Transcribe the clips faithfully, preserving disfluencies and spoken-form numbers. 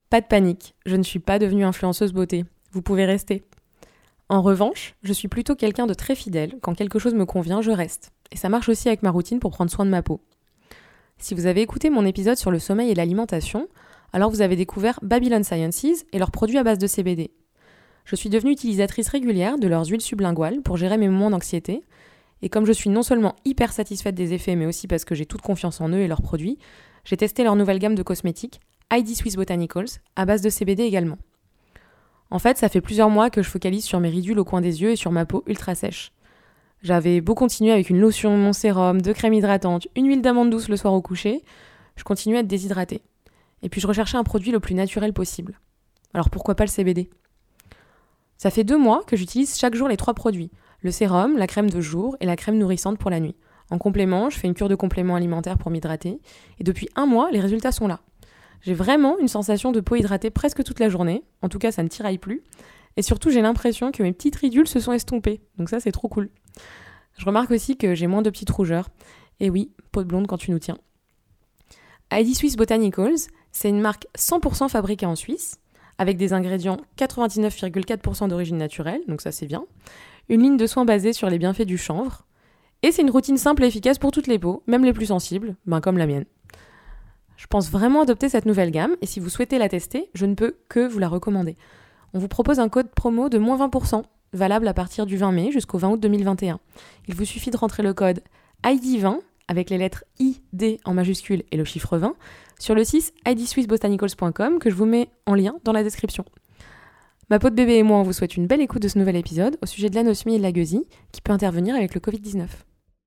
pas de panique, je ne suis pas devenue influenceuse beauté. Vous pouvez rester. En revanche, je suis plutôt quelqu'un de très fidèle. Quand quelque chose me convient, je reste. Et ça marche aussi avec ma routine pour prendre soin de ma peau. Si vous avez écouté mon épisode sur le sommeil et l'alimentation, alors vous avez découvert Babylon Sciences et leurs produits à base de C B D. Je suis devenue utilisatrice régulière de leurs huiles sublinguales pour gérer mes moments d'anxiété. Et comme je suis non seulement hyper satisfaite des effets, mais aussi parce que j'ai toute confiance en eux et leurs produits, j'ai testé leur nouvelle gamme de cosmétiques, I D Swiss Botanicals, à base de C B D également. En fait, ça fait plusieurs mois que je focalise sur mes ridules au coin des yeux et sur ma peau ultra sèche. J'avais beau continuer avec une lotion, mon sérum, deux crèmes hydratantes, une huile d'amande douce le soir au coucher, je continuais à être déshydratée. Et puis je recherchais un produit le plus naturel possible. Alors pourquoi pas le C B D ? Ça fait deux mois que j'utilise chaque jour les trois produits. Le sérum, la crème de jour et la crème nourrissante pour la nuit. En complément, je fais une cure de compléments alimentaires pour m'hydrater. Et depuis un mois, les résultats sont là. J'ai vraiment une sensation de peau hydratée presque toute la journée. En tout cas, ça ne tiraille plus. Et surtout, j'ai l'impression que mes petites ridules se sont estompées. Donc ça, c'est trop cool. Je remarque aussi que j'ai moins de petites rougeurs. Et oui, peau de blonde quand tu nous tiens. I D Swiss Botanicals, c'est une marque cent pour cent fabriquée en Suisse, avec des ingrédients quatre-vingt-dix-neuf virgule quatre pour cent d'origine naturelle, donc ça c'est bien. Une ligne de soins basée sur les bienfaits du chanvre. Et c'est une routine simple et efficace pour toutes les peaux, même les plus sensibles, ben comme la mienne. Je pense vraiment adopter cette nouvelle gamme, et si vous souhaitez la tester, je ne peux que vous la recommander. On vous propose un code promo de moins vingt pour cent, valable à partir du vingt mai jusqu'au vingt août deux mille vingt et un. Il vous suffit de rentrer le code I D vingt, avec les lettres I D en majuscule et le chiffre vingt, sur le site i d swiss botanicals point com que je vous mets en lien dans la description. Ma peau de bébé et moi, on vous souhaite une belle écoute de ce nouvel épisode au sujet de l'anosmie et de la gueusie qui peut intervenir avec le covid dix-neuf.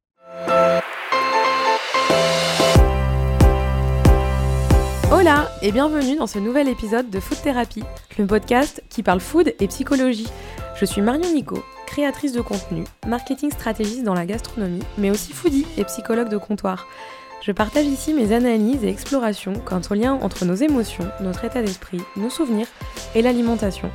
Hola et bienvenue dans ce nouvel épisode de Food Therapy, le podcast qui parle food et psychologie. Je suis Marion Nico, créatrice de contenu, marketing stratégiste dans la gastronomie, mais aussi foodie et psychologue de comptoir. Je partage ici mes analyses et explorations quant au lien entre nos émotions, notre état d'esprit, nos souvenirs et l'alimentation.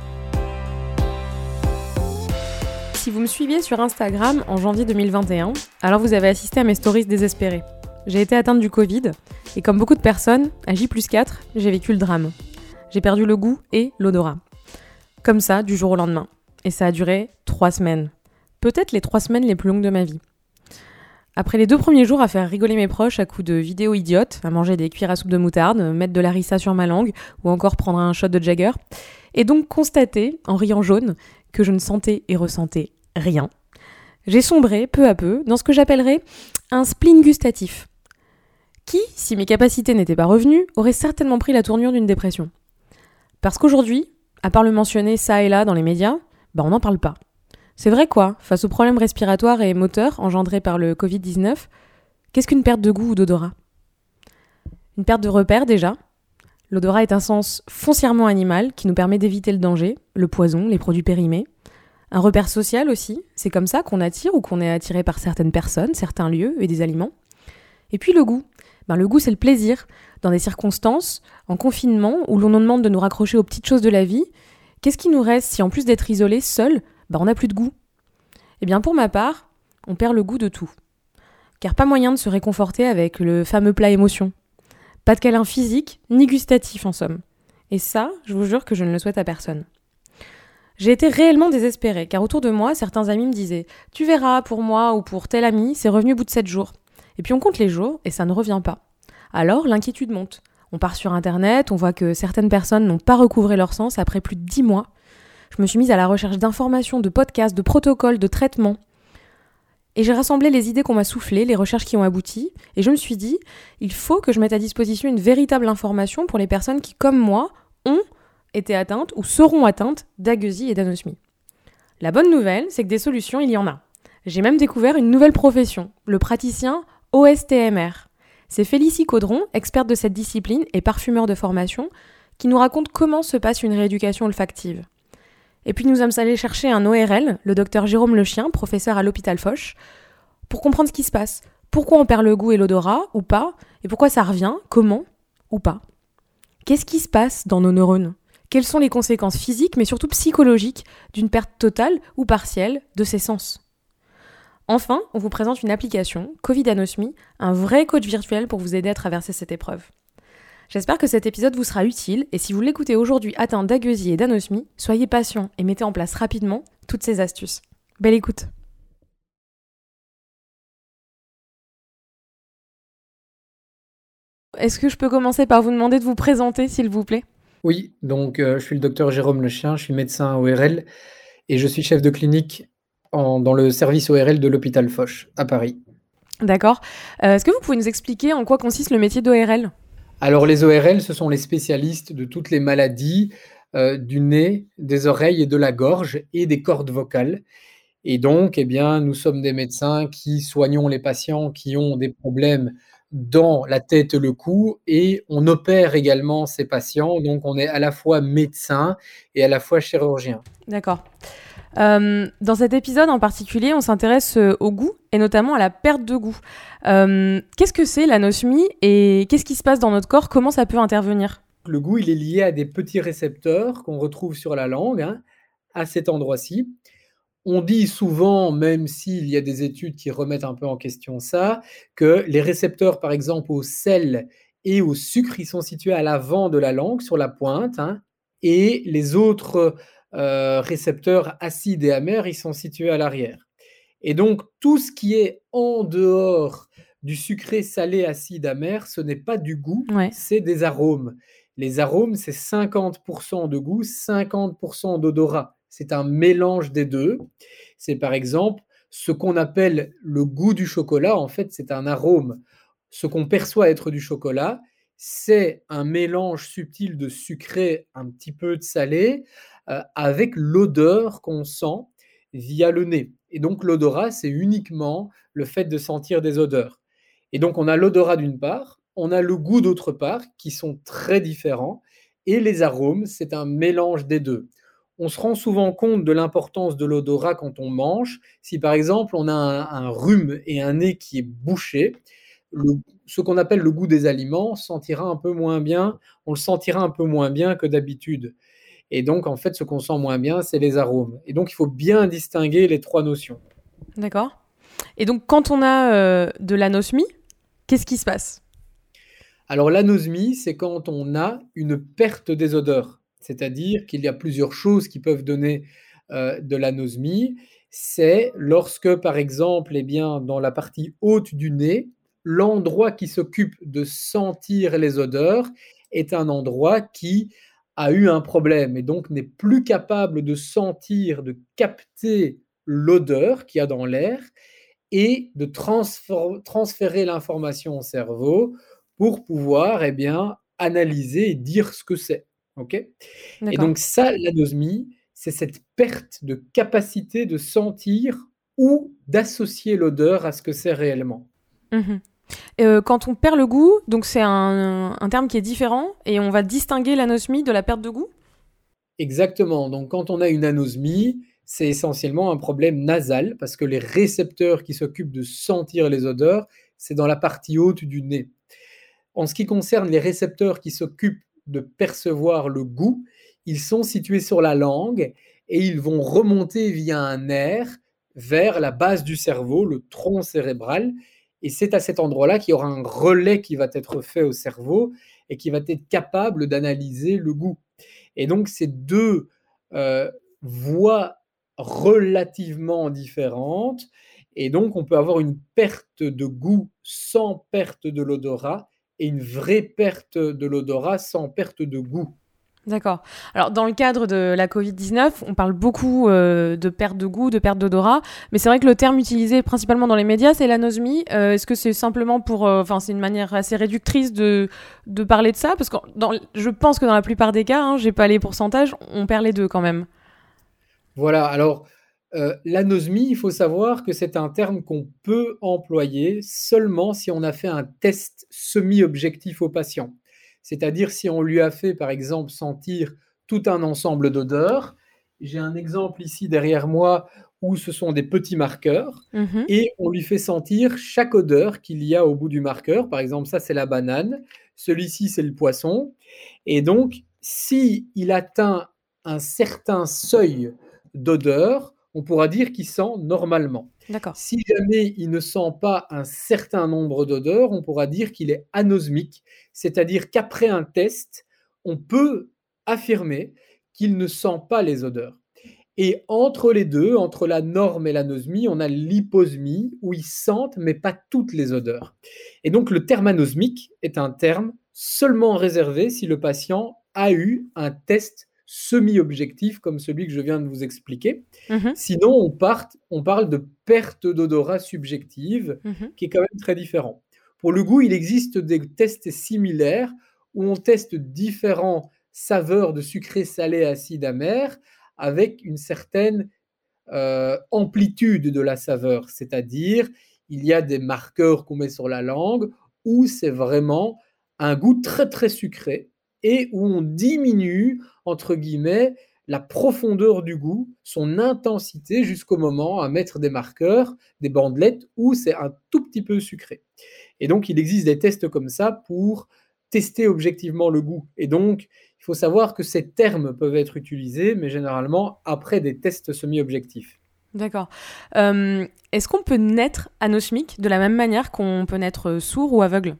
Si vous me suiviez sur Instagram en janvier deux mille vingt et un, alors vous avez assisté à mes stories désespérées. J'ai été atteinte du Covid, et comme beaucoup de personnes, à J plus quatre, j'ai vécu le drame. J'ai perdu le goût et l'odorat. Comme ça, du jour au lendemain. Et ça a duré trois semaines. Peut-être les trois semaines les plus longues de ma vie. Après les deux premiers jours à faire rigoler mes proches à coups de vidéos idiotes, à manger des cuillères à soupe de moutarde, mettre de l'harissa sur ma langue, ou encore prendre un shot de Jagger, et donc constater, en riant jaune, que je ne sentais et ressentais rien. J'ai sombré, peu à peu, dans ce que j'appellerais un spleen gustatif, qui, si mes capacités n'étaient pas revenues, aurait certainement pris la tournure d'une dépression. Parce qu'aujourd'hui, à part le mentionner ça et là dans les médias, bah on n'en parle pas. C'est vrai quoi, face aux problèmes respiratoires et moteurs engendrés par le covid dix-neuf, qu'est-ce qu'une perte de goût ou d'odorat ? Une perte de repère déjà. L'odorat est un sens foncièrement animal qui nous permet d'éviter le danger, le poison, les produits périmés. Un repère social aussi, c'est comme ça qu'on attire ou qu'on est attiré par certaines personnes, certains lieux et des aliments. Et puis le goût. Ben, le goût c'est le plaisir. Dans des circonstances, en confinement, où l'on nous demande de nous raccrocher aux petites choses de la vie, qu'est-ce qui nous reste si en plus d'être isolé, seul, ben, on n'a plus de goût ? Eh bien pour ma part, on perd le goût de tout. Car pas moyen de se réconforter avec le fameux plat émotion. Pas de câlin physique, ni gustatif en somme. Et ça, je vous jure que je ne le souhaite à personne. J'ai été réellement désespérée, car autour de moi, certains amis me disaient « Tu verras, pour moi ou pour tel ami, c'est revenu au bout de sept jours. » Et puis on compte les jours, et ça ne revient pas. Alors l'inquiétude monte. On part sur internet, on voit que certaines personnes n'ont pas recouvré leur sens après plus de dix mois. Je me suis mise à la recherche d'informations, de podcasts, de protocoles, de traitements. Et j'ai rassemblé les idées qu'on m'a soufflées, les recherches qui ont abouti, et je me suis dit, il faut que je mette à disposition une véritable information pour les personnes qui, comme moi, ont été atteintes ou seront atteintes d'agueusie et d'anosmie. La bonne nouvelle, c'est que des solutions, il y en a. J'ai même découvert une nouvelle profession, le praticien O S T M R. C'est Félicie Caudron, experte de cette discipline et parfumeur de formation, qui nous raconte comment se passe une rééducation olfactive. Et puis nous sommes allés chercher un O R L, le docteur Jérôme Lechien, professeur à l'hôpital Foch, pour comprendre ce qui se passe. Pourquoi on perd le goût et l'odorat, ou pas, et pourquoi ça revient, comment, ou pas. Qu'est-ce qui se passe dans nos neurones ? Quelles sont les conséquences physiques, mais surtout psychologiques, d'une perte totale ou partielle de ces sens ? Enfin, on vous présente une application, Covid Anosmie, un vrai coach virtuel pour vous aider à traverser cette épreuve. J'espère que cet épisode vous sera utile et si vous l'écoutez aujourd'hui atteint d'agueusie et d'anosmie, soyez patient et mettez en place rapidement toutes ces astuces. Belle écoute. Est-ce que je peux commencer par vous demander de vous présenter, s'il vous plaît ? Oui, donc euh, je suis le docteur Jérôme Lechien, je suis médecin O R L et je suis chef de clinique en- dans le service O R L de l'hôpital Foch à Paris. D'accord. Euh, est-ce que vous pouvez nous expliquer en quoi consiste le métier d'O R L ? Alors les O R L, ce sont les spécialistes de toutes les maladies euh, du nez, des oreilles et de la gorge et des cordes vocales. Et donc, eh bien, nous sommes des médecins qui soignons les patients qui ont des problèmes dans la tête et le cou et on opère également ces patients. Donc, on est à la fois médecin et à la fois chirurgien. D'accord. Euh, dans cet épisode en particulier, on s'intéresse euh, au goût et notamment à la perte de goût. Euh, qu'est-ce que c'est l'anosmie et qu'est-ce qui se passe dans notre corps ? Comment ça peut intervenir ? Le goût, il est lié à des petits récepteurs qu'on retrouve sur la langue, hein, à cet endroit-ci. On dit souvent, même s'il y a des études qui remettent un peu en question ça, que les récepteurs, par exemple, au sel et au sucre, ils sont situés à l'avant de la langue, sur la pointe, hein, et les autres euh, récepteurs acides et amers, ils sont situés à l'arrière. Et donc, tout ce qui est en dehors du sucré, salé, acide, amer, ce n'est pas du goût, Ouais. c'est des arômes. Les arômes, c'est cinquante pour cent de goût, cinquante pour cent d'odorat. C'est un mélange des deux. C'est par exemple ce qu'on appelle le goût du chocolat. En fait, c'est un arôme. Ce qu'on perçoit être du chocolat, c'est un mélange subtil de sucré, un petit peu de salé, euh, avec l'odeur qu'on sent via le nez. Et donc l'odorat, c'est uniquement le fait de sentir des odeurs. Et donc on a l'odorat d'une part, on a le goût d'autre part, qui sont très différents, et les arômes, c'est un mélange des deux. On se rend souvent compte de l'importance de l'odorat quand on mange. Si par exemple on a un, un rhume et un nez qui est bouché, le, ce qu'on appelle le goût des aliments sentira un peu moins bien, on le sentira un peu moins bien que d'habitude. Et donc, en fait, ce qu'on sent moins bien, c'est les arômes. Et donc, il faut bien distinguer les trois notions. D'accord. Et donc, quand on a euh, de l'anosmie, qu'est-ce qui se passe ? Alors, l'anosmie, c'est quand on a une perte des odeurs. C'est-à-dire qu'il y a plusieurs choses qui peuvent donner euh, de l'anosmie. C'est lorsque, par exemple, eh bien, dans la partie haute du nez, l'endroit qui s'occupe de sentir les odeurs est un endroit qui a eu un problème et donc n'est plus capable de sentir, de capter l'odeur qu'il y a dans l'air et de transfor- transférer l'information au cerveau pour pouvoir eh bien, analyser et dire ce que c'est. Okay, et D'accord. donc ça, l'anosmie, c'est cette perte de capacité de sentir ou d'associer l'odeur à ce que c'est réellement. Mmh. Euh, quand on perd le goût, donc c'est un, un terme qui est différent et on va distinguer l'anosmie de la perte de goût ? Exactement. Donc, quand on a une anosmie, c'est essentiellement un problème nasal parce que les récepteurs qui s'occupent de sentir les odeurs, c'est dans la partie haute du nez. En ce qui concerne les récepteurs qui s'occupent de percevoir le goût, ils sont situés sur la langue et ils vont remonter via un nerf vers la base du cerveau, le tronc cérébral. Et c'est à cet endroit-là qu'il y aura un relais qui va être fait au cerveau et qui va être capable d'analyser le goût. Et donc, ces deux euh, voies relativement différentes. Et donc, on peut avoir une perte de goût sans perte de l'odorat et une vraie perte de l'odorat sans perte de goût. D'accord. Alors, dans le cadre de la covid dix-neuf, on parle beaucoup euh, de perte de goût, de perte d'odorat, mais c'est vrai que le terme utilisé principalement dans les médias, c'est l'anosmie. Euh, est-ce que c'est simplement pour... Enfin, euh, c'est une manière assez réductrice de, de parler de ça ? Parce que dans, je pense que dans la plupart des cas, hein, j'ai pas les pourcentages, on perd les deux quand même. Voilà, alors euh, l'anosmie, il faut savoir que c'est un terme qu'on peut employer seulement si on a fait un test semi-objectif au patient. C'est-à-dire si on lui a fait, par exemple, sentir tout un ensemble d'odeurs. J'ai un exemple ici derrière moi où ce sont des petits marqueurs Mmh. et on lui fait sentir chaque odeur qu'il y a au bout du marqueur. Par exemple, ça, c'est la banane. Celui-ci, c'est le poisson. Et donc, si il atteint un certain seuil d'odeur, on pourra dire qu'il sent normalement. D'accord. Si jamais il ne sent pas un certain nombre d'odeurs, on pourra dire qu'il est anosmique, c'est-à-dire qu'après un test, on peut affirmer qu'il ne sent pas les odeurs. Et entre les deux, entre la norme et l'anosmie, on a l'hyposmie, où ils sentent, mais pas toutes les odeurs. Et donc, le terme anosmique est un terme seulement réservé si le patient a eu un test semi-objectif, comme celui que je viens de vous expliquer. Mmh. Sinon, on, part, on parle de perte d'odorat subjective, Mmh. qui est quand même très différent. Pour le goût, il existe des tests similaires où on teste différents saveurs de sucré, salé, acide, amer, avec une certaine euh, amplitude de la saveur, c'est-à-dire il y a des marqueurs qu'on met sur la langue où c'est vraiment un goût très très sucré et où on diminue, entre guillemets, la profondeur du goût, son intensité jusqu'au moment à mettre des marqueurs, des bandelettes où c'est un tout petit peu sucré. Et donc il existe des tests comme ça pour tester objectivement le goût. Et donc, il faut savoir que ces termes peuvent être utilisés, mais généralement après des tests semi-objectifs. D'accord. Euh, est-ce qu'on peut naître anosmique de la même manière qu'on peut naître sourd ou aveugle?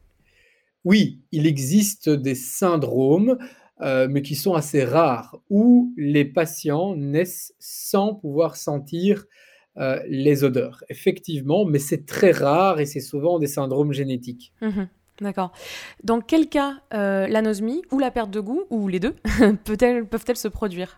Oui, il existe des syndromes, euh, mais qui sont assez rares, où les patients naissent sans pouvoir sentir euh, les odeurs. Effectivement, mais c'est très rare et c'est souvent des syndromes génétiques. Mmh. D'accord. Dans quel cas euh, l'anosmie ou la perte de goût, ou les deux, peut-elle, peuvent-elles se produire?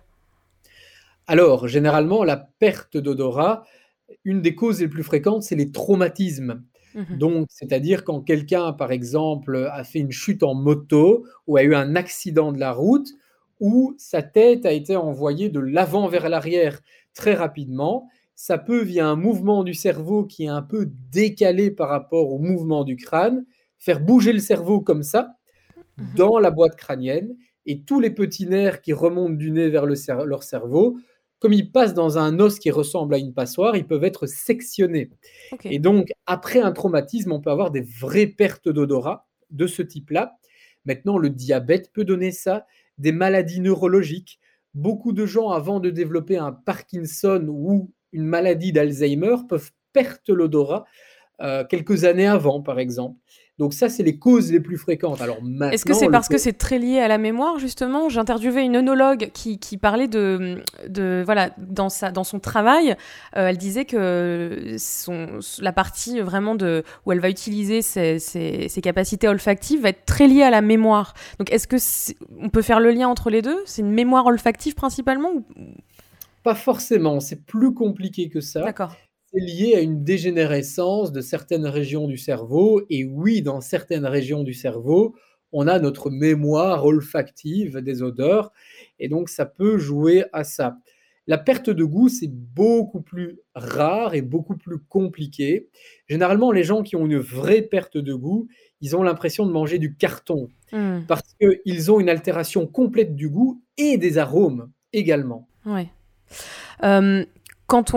Alors, généralement, la perte d'odorat, une des causes les plus fréquentes, c'est les traumatismes. Mmh. Donc, c'est-à-dire quand quelqu'un, par exemple, a fait une chute en moto ou a eu un accident de la route, où sa tête a été envoyée de l'avant vers l'arrière très rapidement, ça peut, via un mouvement du cerveau qui est un peu décalé par rapport au mouvement du crâne, faire bouger le cerveau comme ça, Mmh. dans la boîte crânienne, et tous les petits nerfs qui remontent du nez vers le cer- leur cerveau, comme ils passent dans un os qui ressemble à une passoire, ils peuvent être sectionnés. Ok. Et donc, après un traumatisme, on peut avoir des vraies pertes d'odorat de ce type-là. Maintenant, le diabète peut donner ça, des maladies neurologiques. Beaucoup de gens, avant de développer un Parkinson ou une maladie d'Alzheimer, peuvent perdre l'odorat euh, quelques années avant, par exemple. Donc ça, c'est les causes les plus fréquentes. Alors Est-ce que maintenant, c'est le... parce que c'est très lié à la mémoire, justement? J'ai interviewé une œnologue qui, qui parlait de, de voilà, dans, sa, dans son travail, euh, elle disait que son, la partie vraiment de, où elle va utiliser ses, ses, ses capacités olfactives va être très liée à la mémoire. Donc est-ce que c'est, on peut faire le lien entre les deux? C'est une mémoire olfactive principalement ou... Pas forcément, c'est plus compliqué que ça. D'accord. C'est lié à une dégénérescence de certaines régions du cerveau. Et oui, dans certaines régions du cerveau, on a notre mémoire olfactive des odeurs. Et donc, ça peut jouer à ça. La perte de goût, c'est beaucoup plus rare et beaucoup plus compliqué. Généralement, les gens qui ont une vraie perte de goût, ils ont l'impression de manger du carton Mmh. parce qu'ils ont une altération complète du goût et des arômes également. Ouais. Euh, quand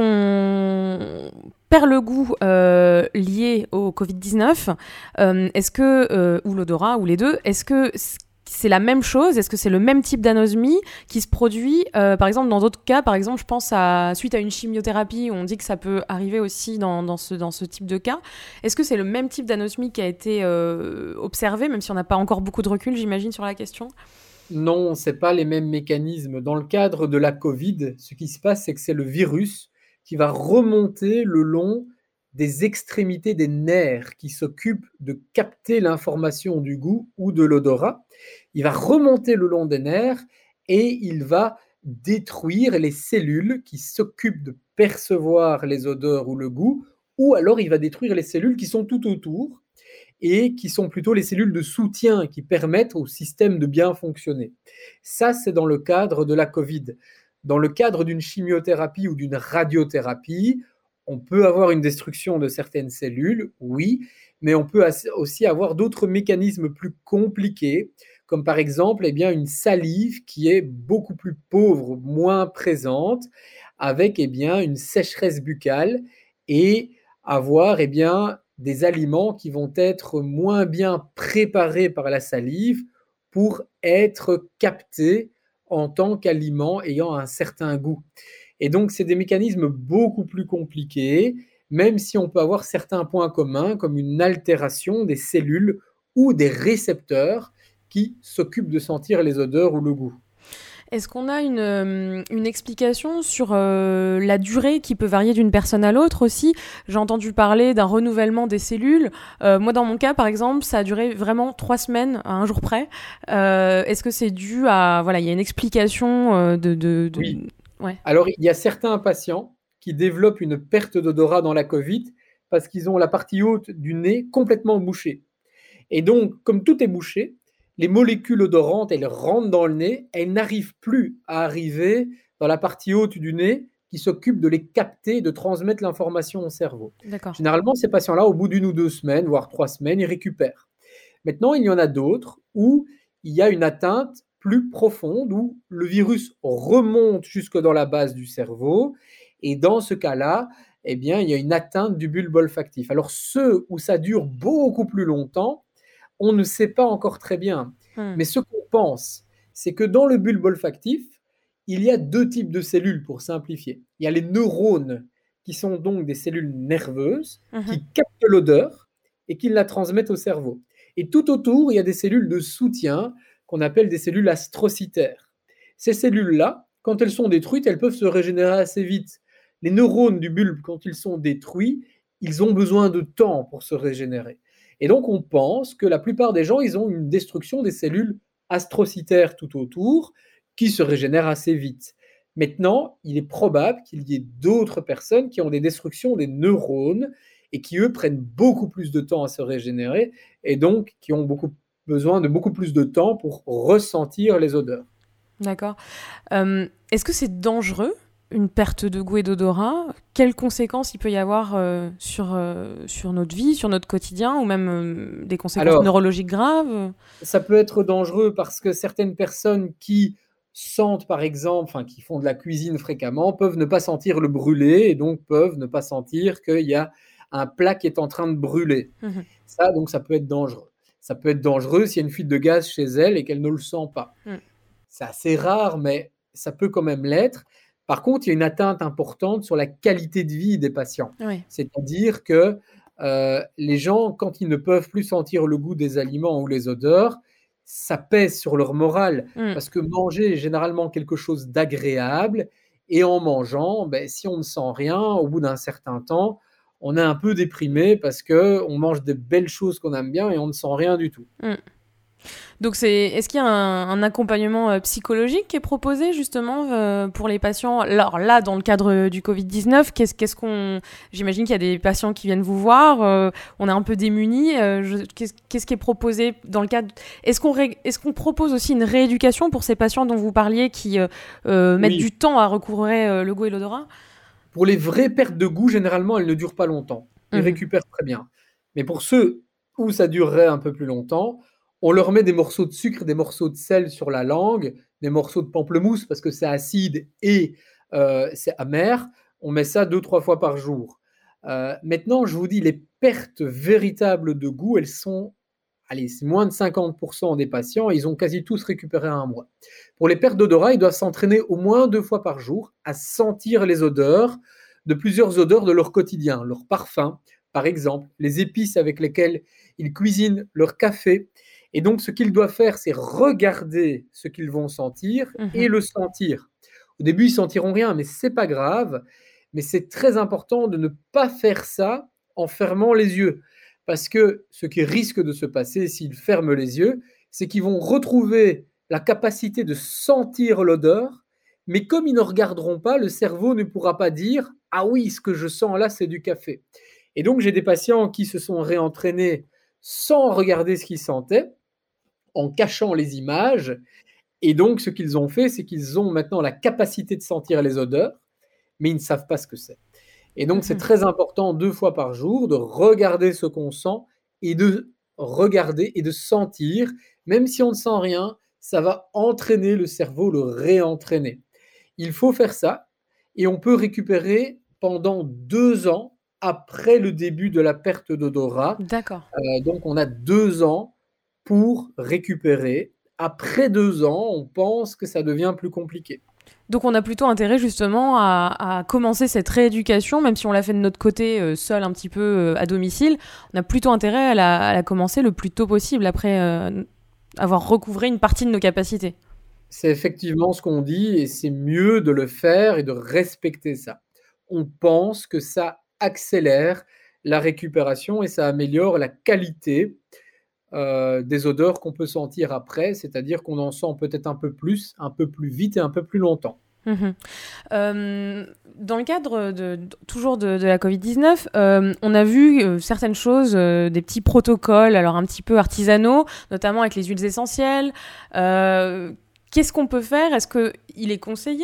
on perd le goût euh, lié au covid dix-neuf, euh, est-ce que, euh, ou l'odorat, ou les deux, est-ce que c'est la même chose? Est-ce que c'est le même type d'anosmie qui se produit, euh, par exemple, dans d'autres cas? Par exemple, je pense à, suite à une chimiothérapie, où on dit que ça peut arriver aussi dans, dans, ce, dans ce type de cas. Est-ce que c'est le même type d'anosmie qui a été euh, observé, même si on n'a pas encore beaucoup de recul, j'imagine, sur la question? Non, ce n'est pas les mêmes mécanismes. Dans le cadre de la Covid, ce qui se passe, c'est que c'est le virus qui va remonter le long des extrémités des nerfs qui s'occupent de capter l'information du goût ou de l'odorat. Il va remonter le long des nerfs et il va détruire les cellules qui s'occupent de percevoir les odeurs ou le goût, ou alors il va détruire les cellules qui sont tout autour et qui sont plutôt les cellules de soutien qui permettent au système de bien fonctionner. Ça, c'est dans le cadre de la Covid. Dans le cadre d'une chimiothérapie ou d'une radiothérapie, on peut avoir une destruction de certaines cellules, oui, mais on peut aussi avoir d'autres mécanismes plus compliqués, comme par exemple eh bien, une salive qui est beaucoup plus pauvre, moins présente, avec eh bien, une sécheresse buccale et avoir eh bien, des aliments qui vont être moins bien préparés par la salive pour être captés en tant qu'aliments ayant un certain goût. Et donc, c'est des mécanismes beaucoup plus compliqués même si on peut avoir certains points communs, comme une altération des cellules ou des récepteurs qui s'occupent de sentir les odeurs ou le goût. Est-ce qu'on a une, euh, une explication sur euh, la durée qui peut varier d'une personne à l'autre aussi? J'ai entendu parler d'un renouvellement des cellules. Euh, moi, dans mon cas, par exemple, ça a duré vraiment trois semaines à un jour près. Euh, est-ce que c'est dû à... Voilà, il y a une explication euh, de... de, de... Oui. Ouais. Alors, il y a certains patients qui développent une perte d'odorat dans la Covid parce qu'ils ont la partie haute du nez complètement bouchée. Et donc, comme tout est bouché, les molécules odorantes, elles rentrent dans le nez, elles n'arrivent plus à arriver dans la partie haute du nez qui s'occupe de les capter, de transmettre l'information au cerveau. D'accord. Généralement, ces patients-là, au bout d'une ou deux semaines, voire trois semaines, ils récupèrent. Maintenant, il y en a d'autres où il y a une atteinte plus profonde, où le virus remonte jusque dans la base du cerveau. Et dans ce cas-là, eh bien, il y a une atteinte du bulbe olfactif. Alors, ceux où ça dure beaucoup plus longtemps, on ne sait pas encore très bien. Hmm. Mais ce qu'on pense, c'est que dans le bulbe olfactif, il y a deux types de cellules, pour simplifier. Il y a les neurones, qui sont donc des cellules nerveuses, Mhm. qui captent l'odeur et qui la transmettent au cerveau. Et tout autour, il y a des cellules de soutien qu'on appelle des cellules astrocytaires. Ces cellules-là, quand elles sont détruites, elles peuvent se régénérer assez vite. Les neurones du bulbe, quand ils sont détruits, ils ont besoin de temps pour se régénérer. Et donc, on pense que la plupart des gens, ils ont une destruction des cellules astrocytaires tout autour qui se régénèrent assez vite. Maintenant, il est probable qu'il y ait d'autres personnes qui ont des destructions des neurones et qui, eux, prennent beaucoup plus de temps à se régénérer et donc qui ont beaucoup, besoin de beaucoup plus de temps pour ressentir les odeurs. D'accord. Euh, est-ce que c'est dangereux, une perte de goût et d'odorat? Quelles conséquences il peut y avoir euh, sur, euh, sur notre vie, sur notre quotidien, ou même euh, des conséquences Alors, neurologiques graves? Ça peut être dangereux parce que certaines personnes qui sentent, par exemple, enfin, qui font de la cuisine fréquemment, peuvent ne pas sentir le brûler et donc peuvent ne pas sentir qu'il y a un plat qui est en train de brûler. Mhm. Ça, donc, ça peut être dangereux. Ça peut être dangereux s'il y a une fuite de gaz chez elle et qu'elle ne le sent pas. Mm. C'est assez rare, mais ça peut quand même l'être. Par contre, il y a une atteinte importante sur la qualité de vie des patients. Oui. C'est-à-dire que euh, les gens, quand ils ne peuvent plus sentir le goût des aliments ou les odeurs, ça pèse sur leur morale. Mm. Parce que manger est généralement quelque chose d'agréable. Et en mangeant, ben, si on ne sent rien, au bout d'un certain temps, on est un peu déprimé parce qu'on mange des belles choses qu'on aime bien et on ne sent rien du tout. Mm. Donc, c'est, est-ce qu'il y a un, un accompagnement euh, psychologique qui est proposé justement euh, pour les patients? Alors là, dans le cadre du covid dix-neuf, qu'est-ce, qu'est-ce qu'on... J'imagine qu'il y a des patients qui viennent vous voir, euh, on est un peu démunis. Euh, je... qu'est-ce, qu'est-ce qui est proposé dans le cadre... Est-ce qu'on, ré... est-ce qu'on propose aussi une rééducation pour ces patients dont vous parliez qui euh, euh, mettent Oui. du temps à recouvrer euh, le goût et l'odorat? Pour les vraies pertes de goût, généralement, elles ne durent pas longtemps. Ils Mhm. récupèrent très bien. Mais pour ceux où ça durerait un peu plus longtemps, on leur met des morceaux de sucre, des morceaux de sel sur la langue, des morceaux de pamplemousse parce que c'est acide et euh, c'est amer. On met ça deux, trois fois par jour. Euh, maintenant, je vous dis, les pertes véritables de goût, elles sont, allez, c'est moins de cinquante pour cent des patients. Ils ont quasi tous récupéré en un mois. Pour les pertes d'odorat, ils doivent s'entraîner au moins deux fois par jour à sentir les odeurs de plusieurs odeurs de leur quotidien, leur parfum, par exemple, les épices avec lesquelles ils cuisinent leur café. Et donc, ce qu'ils doivent faire, c'est regarder ce qu'ils vont sentir Mhm. et le sentir. Au début, ils sentiront rien, mais c'est pas grave. Mais c'est très important de ne pas faire ça en fermant les yeux. Parce que ce qui risque de se passer s'ils ferment les yeux, c'est qu'ils vont retrouver la capacité de sentir l'odeur, mais comme ils ne regarderont pas, le cerveau ne pourra pas dire « Ah oui, ce que je sens là, c'est du café ». Et donc, j'ai des patients qui se sont réentraînés sans regarder ce qu'ils sentaient, en cachant les images. Et donc, ce qu'ils ont fait, c'est qu'ils ont maintenant la capacité de sentir les odeurs, mais ils ne savent pas ce que c'est. Et donc, c'est Mhm. très important, deux fois par jour, de regarder ce qu'on sent et de regarder et de sentir. Même si on ne sent rien, ça va entraîner le cerveau, le réentraîner. Il faut faire ça et on peut récupérer pendant deux ans après le début de la perte d'odorat. D'accord. Euh, donc, on a deux ans pour récupérer. Après deux ans, on pense que ça devient plus compliqué. Donc on a plutôt intérêt justement à, à commencer cette rééducation, même si on l'a fait de notre côté euh, seul un petit peu euh, à domicile, on a plutôt intérêt à la, à la commencer le plus tôt possible après euh, avoir recouvré une partie de nos capacités. C'est effectivement ce qu'on dit et c'est mieux de le faire et de respecter ça. On pense que ça accélère la récupération et ça améliore la qualité euh, des odeurs qu'on peut sentir après, c'est-à-dire qu'on en sent peut-être un peu plus, un peu plus vite et un peu plus longtemps. Mmh. Euh, dans le cadre de, de toujours de, de la covid dix-neuf, euh, on a vu euh, certaines choses, euh, des petits protocoles, alors un petit peu artisanaux, notamment avec les huiles essentielles. Euh, Qu'est-ce qu'on peut faire ? Est-ce qu'il est conseillé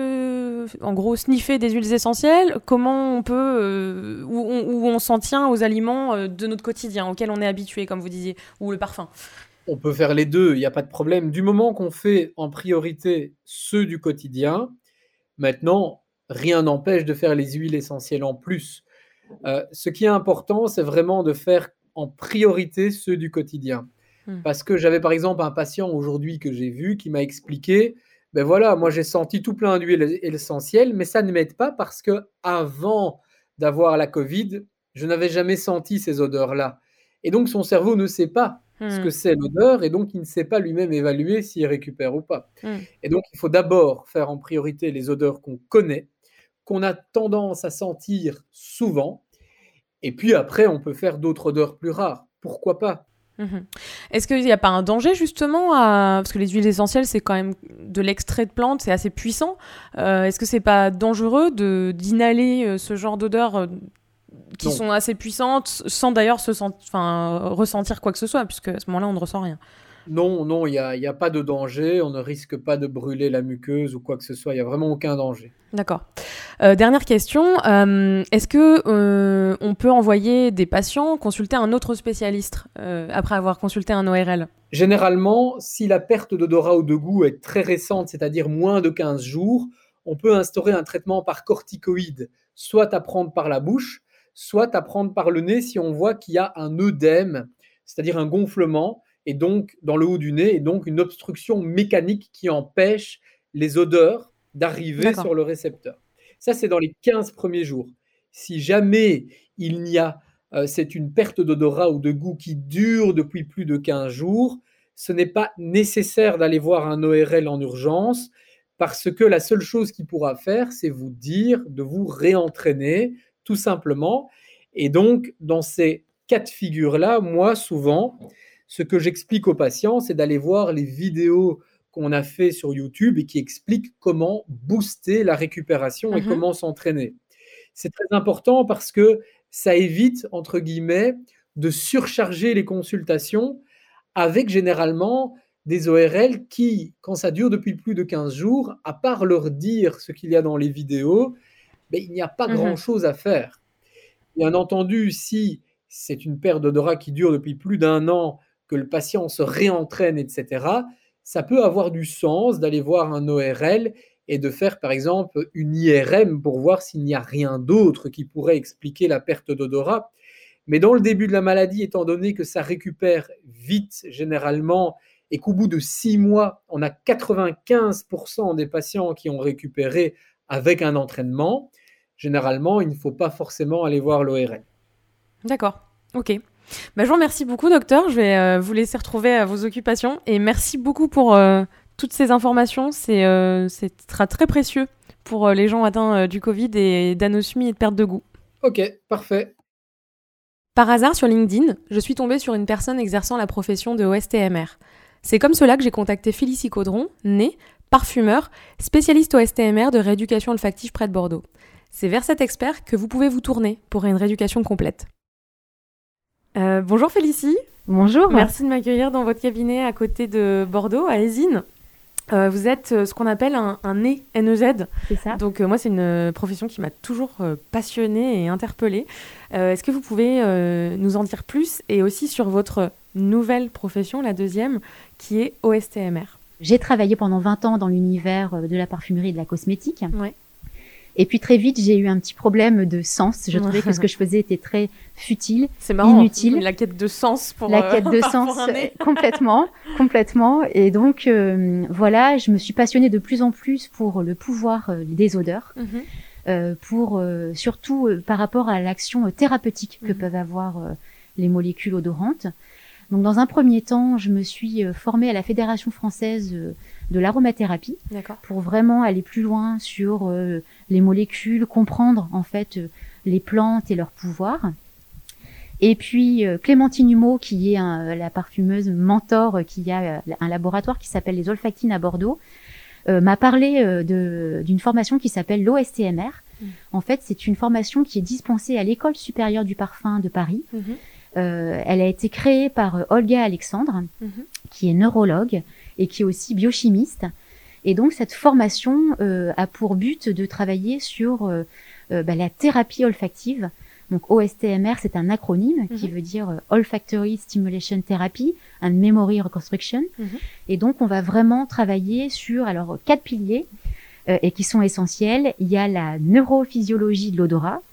de, en gros, sniffer des huiles essentielles ? Comment on peut, euh, où, on, où on s'en tient aux aliments euh, de notre quotidien, auxquels on est habitué, comme vous disiez, ou le parfum ? On peut faire les deux, il n'y a pas de problème. Du moment qu'on fait en priorité ceux du quotidien, maintenant, rien n'empêche de faire les huiles essentielles en plus. Euh, ce qui est important, c'est vraiment de faire en priorité ceux du quotidien. Hmm. Parce que j'avais par exemple un patient aujourd'hui que j'ai vu qui m'a expliqué, ben voilà, moi j'ai senti tout plein d'huiles essentielles, mais ça ne m'aide pas parce que avant d'avoir la Covid, je n'avais jamais senti ces odeurs-là. Et donc son cerveau ne sait pas ce Hmm. que c'est l'odeur et donc il ne sait pas lui-même évaluer s'il récupère ou pas. Hmm. Et donc il faut d'abord faire en priorité les odeurs qu'on connaît, qu'on a tendance à sentir souvent, et puis après on peut faire d'autres odeurs plus rares. Pourquoi pas ? Mmh. Est-ce qu'il n'y a pas un danger justement à... Parce que les huiles essentielles, c'est quand même de l'extrait de plantes, c'est assez puissant. Euh, est-ce que c'est pas dangereux de, d'inhaler euh, ce genre d'odeurs euh, qui Non. sont assez puissantes sans d'ailleurs se sent... enfin, ressentir quoi que ce soit, puisque à ce moment-là, on ne ressent rien ? Non, non, il n'y a, y a pas de danger, on ne risque pas de brûler la muqueuse ou quoi que ce soit, il n'y a vraiment aucun danger. D'accord. Euh, dernière question, euh, est-ce que euh, on peut envoyer des patients consulter un autre spécialiste euh, après avoir consulté un O R L ? Généralement, si la perte d'odorat ou de goût est très récente, c'est-à-dire moins de quinze jours, on peut instaurer un traitement par corticoïde, soit à prendre par la bouche, soit à prendre par le nez si on voit qu'il y a un œdème, c'est-à-dire un gonflement, et donc dans le haut du nez, et donc une obstruction mécanique qui empêche les odeurs d'arriver D'accord. sur le récepteur. Ça, c'est dans les quinze premiers jours. Si jamais il n'y a Euh, c'est une perte d'odorat ou de goût qui dure depuis plus de quinze jours, ce n'est pas nécessaire d'aller voir un O R L en urgence parce que la seule chose qu'il pourra faire, c'est vous dire de vous réentraîner tout simplement. Et donc, dans ces cas de figure-là, moi, souvent, ce que j'explique aux patients, c'est d'aller voir les vidéos qu'on a fait sur YouTube et qui expliquent comment booster la récupération et Mmh. comment s'entraîner. C'est très important parce que ça évite, entre guillemets, de surcharger les consultations avec généralement des O R L qui, quand ça dure depuis plus de quinze jours, à part leur dire ce qu'il y a dans les vidéos, ben, il n'y a pas Mmh. grand-chose à faire. Bien entendu, si c'est une perte d'odorat qui dure depuis plus d'un an, que le patient se réentraîne, et cetera, ça peut avoir du sens d'aller voir un O R L et de faire par exemple une I R M pour voir s'il n'y a rien d'autre qui pourrait expliquer la perte d'odorat. Mais dans le début de la maladie, étant donné que ça récupère vite généralement et qu'au bout de six mois, on a quatre-vingt-quinze pour cent des patients qui ont récupéré avec un entraînement, généralement, il ne faut pas forcément aller voir l'O R L. D'accord, ok. Bah, je vous remercie beaucoup, docteur. Je vais euh, vous laisser retrouver à vos occupations. Et merci beaucoup pour euh, toutes ces informations. C'est, euh, c'est sera très précieux pour euh, les gens atteints euh, du Covid et d'anosmie et de perte de goût. Ok, parfait. Par hasard, sur LinkedIn, je suis tombée sur une personne exerçant la profession de O S T M R. C'est comme cela que j'ai contacté Félicie Caudron, née, parfumeur, spécialiste O S T M R de rééducation olfactive près de Bordeaux. C'est vers cet expert que vous pouvez vous tourner pour une rééducation complète. Euh, bonjour Félicie. Bonjour. Merci de m'accueillir dans votre cabinet à côté de Bordeaux, à Eysines. Euh, vous êtes euh, ce qu'on appelle un, un nez, N E Z. C'est ça. Donc euh, moi, c'est une euh, profession qui m'a toujours euh, passionnée et interpellée. Euh, est-ce que vous pouvez euh, nous en dire plus et aussi sur votre nouvelle profession, la deuxième, qui est O S T M R ? J'ai travaillé pendant vingt ans dans l'univers de la parfumerie et de la cosmétique. Ouais. Et puis très vite, j'ai eu un petit problème de sens. Je trouvais que ce que je faisais était très futile, c'est marrant, inutile. La quête de sens pour la quête de euh, sens, complètement, complètement. Et donc euh, voilà, je me suis passionnée de plus en plus pour le pouvoir euh, des odeurs, mm-hmm. euh, pour euh, surtout euh, par rapport à l'action euh, thérapeutique que mm-hmm. peuvent avoir euh, les molécules odorantes. Donc dans un premier temps, je me suis euh, formée à la Fédération française euh, de l'aromathérapie. D'accord. Pour vraiment aller plus loin sur euh, les molécules, comprendre en fait euh, les plantes et leurs pouvoirs. Et puis euh, Clémentine Humeau, qui est un, la parfumeuse mentor, euh, qui a euh, un laboratoire qui s'appelle les Olfactines à Bordeaux, euh, m'a parlé euh, de, d'une formation qui s'appelle l'O S T M R. Mmh. En fait, c'est une formation qui est dispensée à l'École supérieure du parfum de Paris. Mmh. Euh, elle a été créée par euh, Olga Alexandre, mmh. qui est neurologue et qui est aussi biochimiste. Et donc, cette formation euh, a pour but de travailler sur euh, euh, bah, la thérapie olfactive. Donc, O S T M R, c'est un acronyme mmh. qui veut dire euh, Olfactory Stimulation Therapy and Memory Reconstruction. Mmh. Et donc, on va vraiment travailler sur alors quatre piliers euh, et qui sont essentiels. Il y a la neurophysiologie de l'odorat.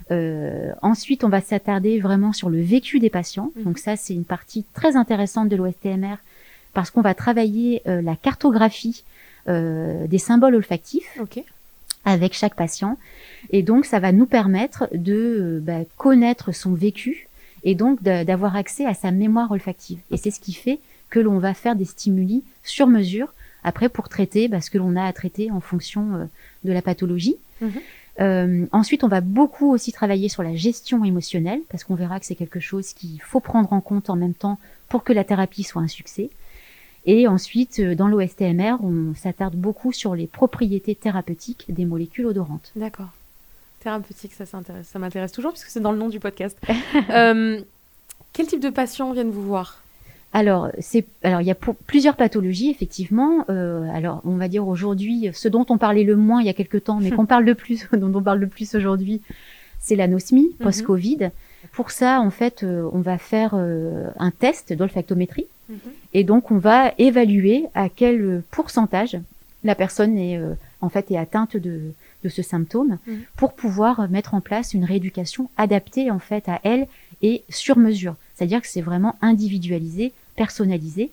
Euh, ensuite, on va s'attarder vraiment sur le vécu des patients. Mmh. Donc ça, c'est une partie très intéressante de l'O S T M R parce qu'on va travailler euh, la cartographie euh, des symboles olfactifs okay. avec chaque patient. Et donc, ça va nous permettre de euh, bah, connaître son vécu et donc de, d'avoir accès à sa mémoire olfactive. Et c'est ce qui fait que l'on va faire des stimuli sur mesure, après pour traiter bah, ce que l'on a à traiter en fonction euh, de la pathologie. Mmh. Euh, ensuite, on va beaucoup aussi travailler sur la gestion émotionnelle, parce qu'on verra que c'est quelque chose qu'il faut prendre en compte en même temps pour que la thérapie soit un succès. Et ensuite, dans l'O S T M R, on s'attarde beaucoup sur les propriétés thérapeutiques des molécules odorantes. D'accord. Thérapeutique, ça, s'intéresse. Ça m'intéresse toujours, puisque c'est dans le nom du podcast. euh, quel type de patients viennent vous voir ? Alors, c'est, alors il y a pour, plusieurs pathologies, effectivement. Euh, alors, on va dire aujourd'hui, ce dont on parlait le moins il y a quelque temps, mais qu'on parle le plus, dont on parle le plus aujourd'hui, c'est l'anosmie mm-hmm. post-Covid. Pour ça, en fait, euh, on va faire euh, un test d'olfactométrie. Mm-hmm. Et donc, on va évaluer à quel pourcentage la personne est, euh, en fait, est atteinte de, de ce symptôme mm-hmm. pour pouvoir mettre en place une rééducation adaptée, en fait, à elle et sur mesure. C'est-à-dire que c'est vraiment individualisé, personnalisé.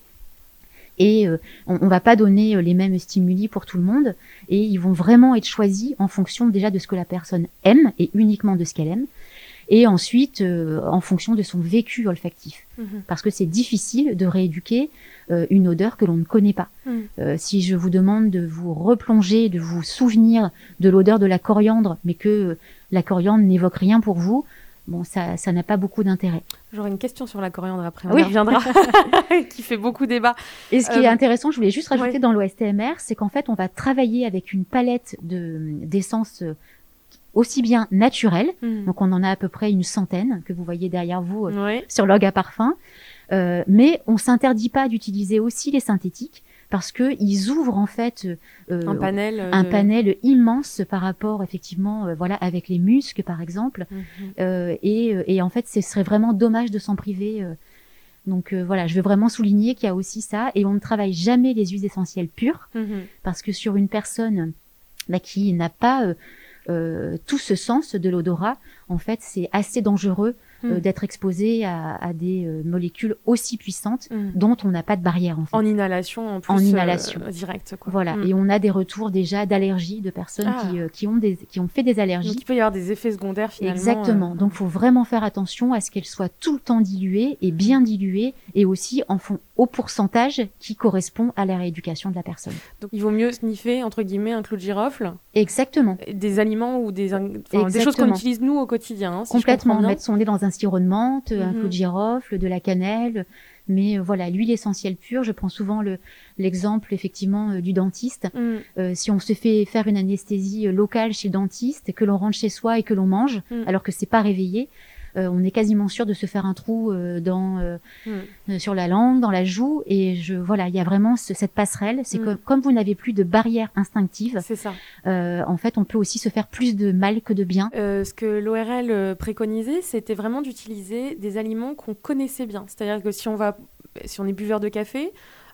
Et euh, on ne va pas donner euh, les mêmes stimuli pour tout le monde. Et ils vont vraiment être choisis en fonction déjà de ce que la personne aime et uniquement de ce qu'elle aime. Et ensuite, euh, en fonction de son vécu olfactif. Mmh. Parce que c'est difficile de rééduquer euh, une odeur que l'on ne connaît pas. Mmh. Euh, si je vous demande de vous replonger, de vous souvenir de l'odeur de la coriandre, mais que euh, la coriandre n'évoque rien pour vous, bon, ça, ça n'a pas beaucoup d'intérêt. J'aurais une question sur la coriandre après, on oui. y reviendra, qui fait beaucoup débat. Et ce qui euh, est intéressant, je voulais juste rajouter ouais. dans l'O S T M R, c'est qu'en fait, on va travailler avec une palette de, d'essences aussi bien naturelles, mmh. donc on en a à peu près une centaine que vous voyez derrière vous euh, ouais. sur Log à parfum, euh, mais on s'interdit pas d'utiliser aussi les synthétiques, parce que ils ouvrent en fait euh, un panel, un de... panel immense par rapport effectivement, euh, voilà, avec les muscs par exemple, mmh. euh, et, et en fait, ce serait vraiment dommage de s'en priver. Euh. Donc euh, voilà, je veux vraiment souligner qu'il y a aussi ça, et on ne travaille jamais les huiles essentielles pures, mmh. parce que sur une personne bah, qui n'a pas euh, euh, tout ce sens de l'odorat, en fait, c'est assez dangereux euh, mmh. d'être exposé à, à des euh, molécules aussi puissantes mmh. dont on n'a pas de barrière en fait. En inhalation en plus. En inhalation. Euh, directe quoi. Voilà, mmh. et on a des retours déjà d'allergies de personnes ah. qui, euh, qui, ont des, qui ont fait des allergies. Donc il peut y avoir des effets secondaires finalement. Exactement, euh... donc il faut vraiment faire attention à ce qu'elles soient tout le temps diluées et bien diluées, et aussi en fond au pourcentage qui correspond à la rééducation de la personne. Donc il vaut mieux sniffer entre guillemets un clou de girofle. Exactement. Des aliments ou des, enfin, des choses qu'on utilise nous au quotidien. Hein, si complètement, mettre son nez dans un sirop de menthe, mm-hmm. un clou de girofle, de la cannelle, mais euh, voilà, l'huile essentielle pure, je prends souvent le, l'exemple effectivement euh, du dentiste. Mm. Euh, si on se fait faire une anesthésie euh, locale chez le dentiste, que l'on rentre chez soi et que l'on mange, mm. alors que c'est pas réveillé, euh, on est quasiment sûr de se faire un trou euh, dans euh, mm. euh, sur la langue, dans la joue, et je voilà, il y a vraiment ce, cette passerelle. C'est mm. que comme vous n'avez plus de barrière instinctive, c'est ça. Euh, en fait, on peut aussi se faire plus de mal que de bien. Euh, ce que l'O R L préconisait, c'était vraiment d'utiliser des aliments qu'on connaissait bien. C'est-à-dire que si on va, si on est buveur de café,